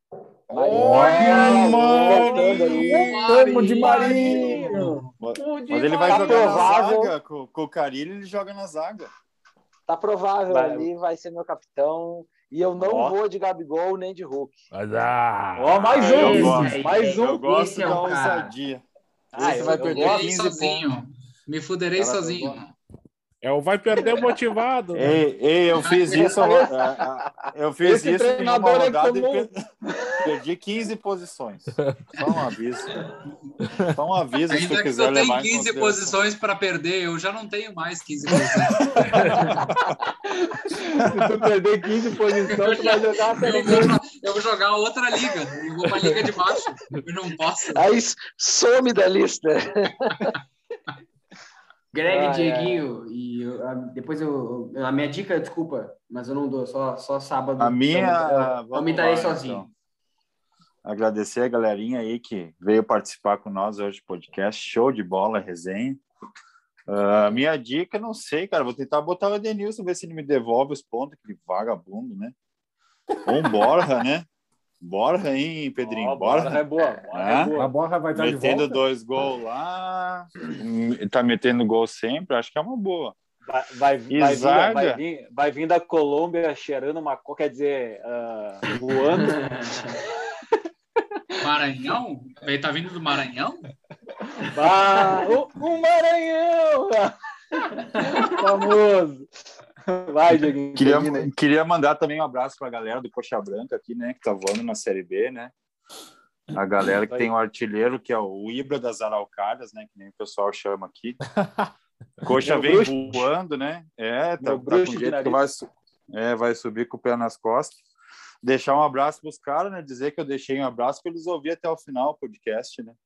De Marinho. Mas ele vai jogar na zaga. Com o Carille, ele joga na zaga. Tá provável, ali vai ser meu capitão. E eu não vou de Gabigol nem de Hulk. Mais um. Eu gosto da ousadia. Esse vai perder 15 sozinho. Me fuderei sozinho. Vai perder motivado. Eu fiz isso. Eu fiz isso em uma rodada e perdi 15 posições. Só um aviso se tu quiser levar em consideração. Ainda que eu tenho 15 posições para perder, eu já não tenho mais 15 posições. Se tu perder 15 posições, tu vai jogar eu vou jogar outra liga. Eu vou para a liga de baixo. Eu não posso. Aí some da lista. Greg, Dieguinho, e depois a minha dica, desculpa, mas eu não dou, só sábado. A minha... Eu me darei sozinho. Então. Agradecer a galerinha aí que veio participar com nós hoje do podcast. Show de bola, resenha. A minha dica, não sei, cara, vou tentar botar o Edenilson, ver se ele me devolve os pontos, aquele vagabundo, né? Ou um Borja, né? Borja, hein, Pedrinho? Borja é boa. A Borja vai estar de volta. Metendo 2 gols lá, tá metendo gol sempre, acho que é uma boa. Vai vir da Colômbia cheirando uma coca, quer dizer, voando. Maranhão? Ele tá vindo do Maranhão? O Maranhão! Famoso! Vai, Dieguinho. Queria mandar também um abraço para a galera do Coxa Branca aqui, né? Que tá voando na Série B, né? A galera que tem o artilheiro, que é o Ibra das Araucárias, né? Que nem o pessoal chama aqui. Coxa vem voando, né? Tá com jeito que vai subir com o pé nas costas. Deixar um abraço para os caras, né? Dizer que eu deixei um abraço para eles ouvirem até o final o podcast, né?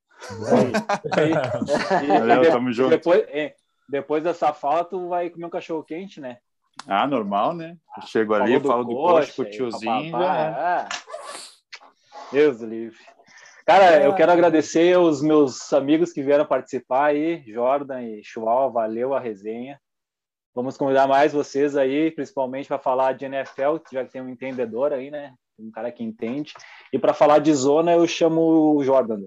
Valeu, tamo junto. Depois dessa fala, tu vai comer um cachorro quente, né? Normal, né? Eu chego ali, falo do coxa com o tiozinho. Deus livre. Cara, eu quero agradecer aos meus amigos que vieram participar aí, Jordan e Chual, valeu a resenha. Vamos convidar mais vocês aí, principalmente para falar de NFL, já que tem um entendedor aí, né? Um cara que entende. E para falar de zona, eu chamo o Jordan.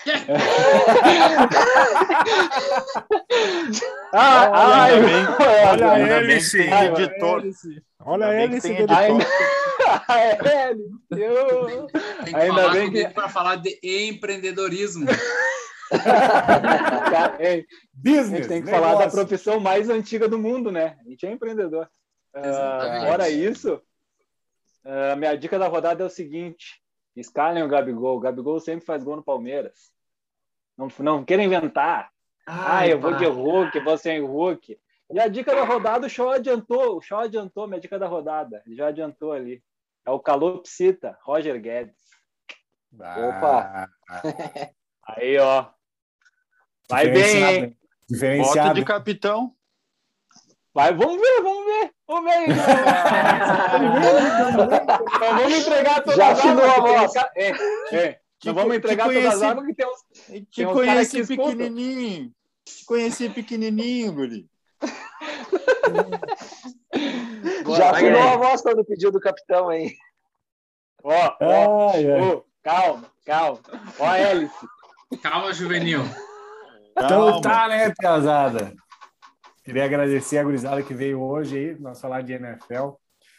Olha ele, editor. Olha ele, esse editor. Tem que falar comigo para falar de empreendedorismo. Business, a gente tem que falar da profissão mais antiga do mundo, né? A gente é empreendedor. Fora isso, a minha dica da rodada é o seguinte: escalem o Gabigol. O Gabigol sempre faz gol no Palmeiras. Não queira inventar. Eu vou de Hulk, vou sem Hulk. E a dica da rodada, o Shaw adiantou minha dica da rodada. Ele já adiantou ali. É o calopsita, Roger Guedes. Opa! Aí, ó. Vai bem, hein? Diferenciado. Voto de capitão. Vai, vamos ver. Vamos entregar todas as armas. Não vamos entregar todas as armas que tem uns... Te conheci pequenininho. Te conheci pequenininho, guri. Já afinou a voz quando pediu do capitão aí. Calma. Ó a hélice. Calma, juvenil. Então tá, né, piazada? Queria agradecer a gurizada que veio hoje aí, nós falar de NFL.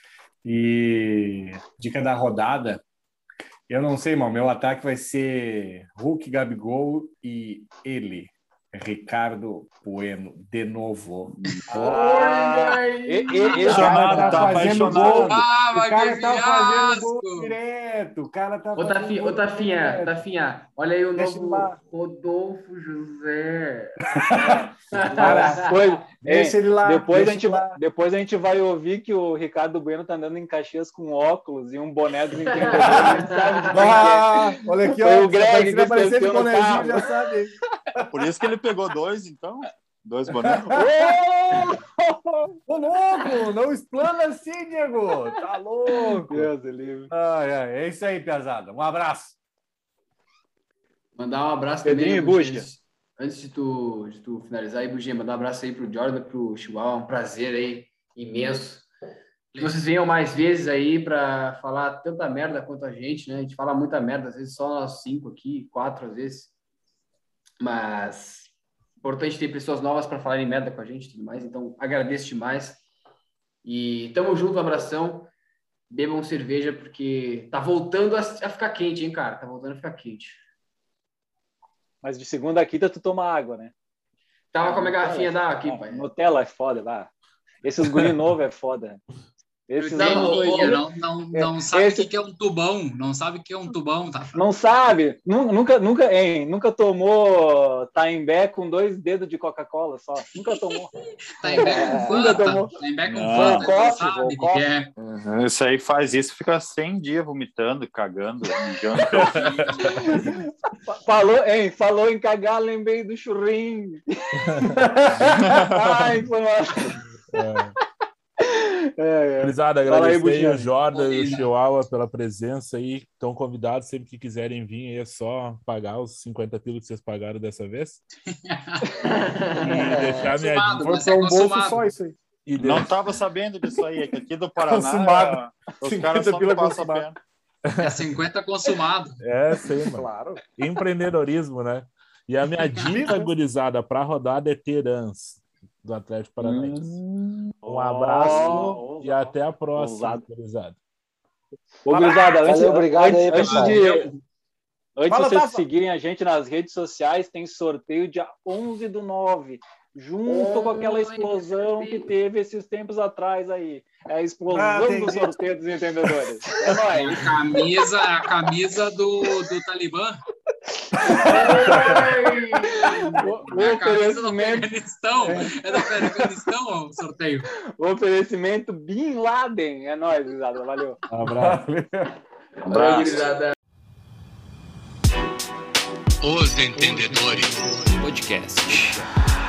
E dica da rodada. Eu não sei, irmão, meu ataque vai ser Hulk, Gabigol e ele, Ricardo Bueno, de novo. Ele tá fazendo gol. O cara tá fazendo gol direto. O cara tá Ô, Tafinha, olha aí o novo Rodolfo José. Deixa ele lá. Depois a gente vai ouvir que o Ricardo Bueno tá andando em Caxias com óculos e um boné dos entendedores. Olha aqui, ó. O Greg que apareceu de bonézinho, já sabe. Por isso que ele pegou 2, então. 2 bonecos. Ô, louco! Não explana assim, Diego! Tá louco! Deus é livre. É isso aí, piazada. Um abraço. Mandar um abraço Pedrinho também. Buja. Antes de tu finalizar aí, Buginha, mandar um abraço aí pro Jordan, pro Chihuahua. Um prazer aí, imenso. Que vocês venham mais vezes aí para falar tanta merda quanto a gente, né? A gente fala muita merda, às vezes só nós 5 aqui, 4 às vezes. Mas importante ter pessoas novas para falarem merda com a gente e tudo mais. Então, agradeço demais. E tamo junto, um abração. Bebam cerveja, porque tá voltando a ficar quente, hein, cara? Tá voltando a ficar quente. Mas de segunda a quinta tu toma água, né? Tava com a minha garrafinha d'água aqui, pai. Nutella é foda, vá. Esses guri novos é foda. Esses não sabe o que é um tubão. Não sabe o que é um tubão, tá? Não sabe. Nunca tomou Taimbé com 2 dedos de Coca-Cola só. Nunca tomou. Taimbé com Fanta. Taimbé com Fanta. Sabe o que é. Isso aí faz isso, fica 100 dias vomitando, cagando, mijando. Falou em cagar, lembrei do churrinho. Ai, foi mal. Gurizada, agradecer o Jordan e o Chihuahua pela presença aí. Estão convidados sempre que quiserem vir aí, é só pagar os 50 pila que vocês pagaram dessa vez. E deixar minha dica. Foi para um bolso só isso aí. Não estava sabendo disso aí, que aqui do Paraná os caras só não passam a perna. É 50 consumado. Sim, mano. Claro. Empreendedorismo, né? E a minha dica, gurizada, para a rodada é Terans, do Atlético Paranaense. Um abraço e até a próxima, gurizada. Gurizada, obrigado aí, pessoal. Antes de vocês seguirem a gente nas redes sociais, tem sorteio dia 11/9, junto com aquela explosão que teve esses tempos atrás aí. É a explosão do sorteio dos entendedores. É nóis. A camisa do Talibã. O oferecimento é do Afeganistão o sorteio. O oferecimento Bin Laden. É nóis, gurizada. Valeu. Um abraço. Gurizada. Os Entendedores Podcast.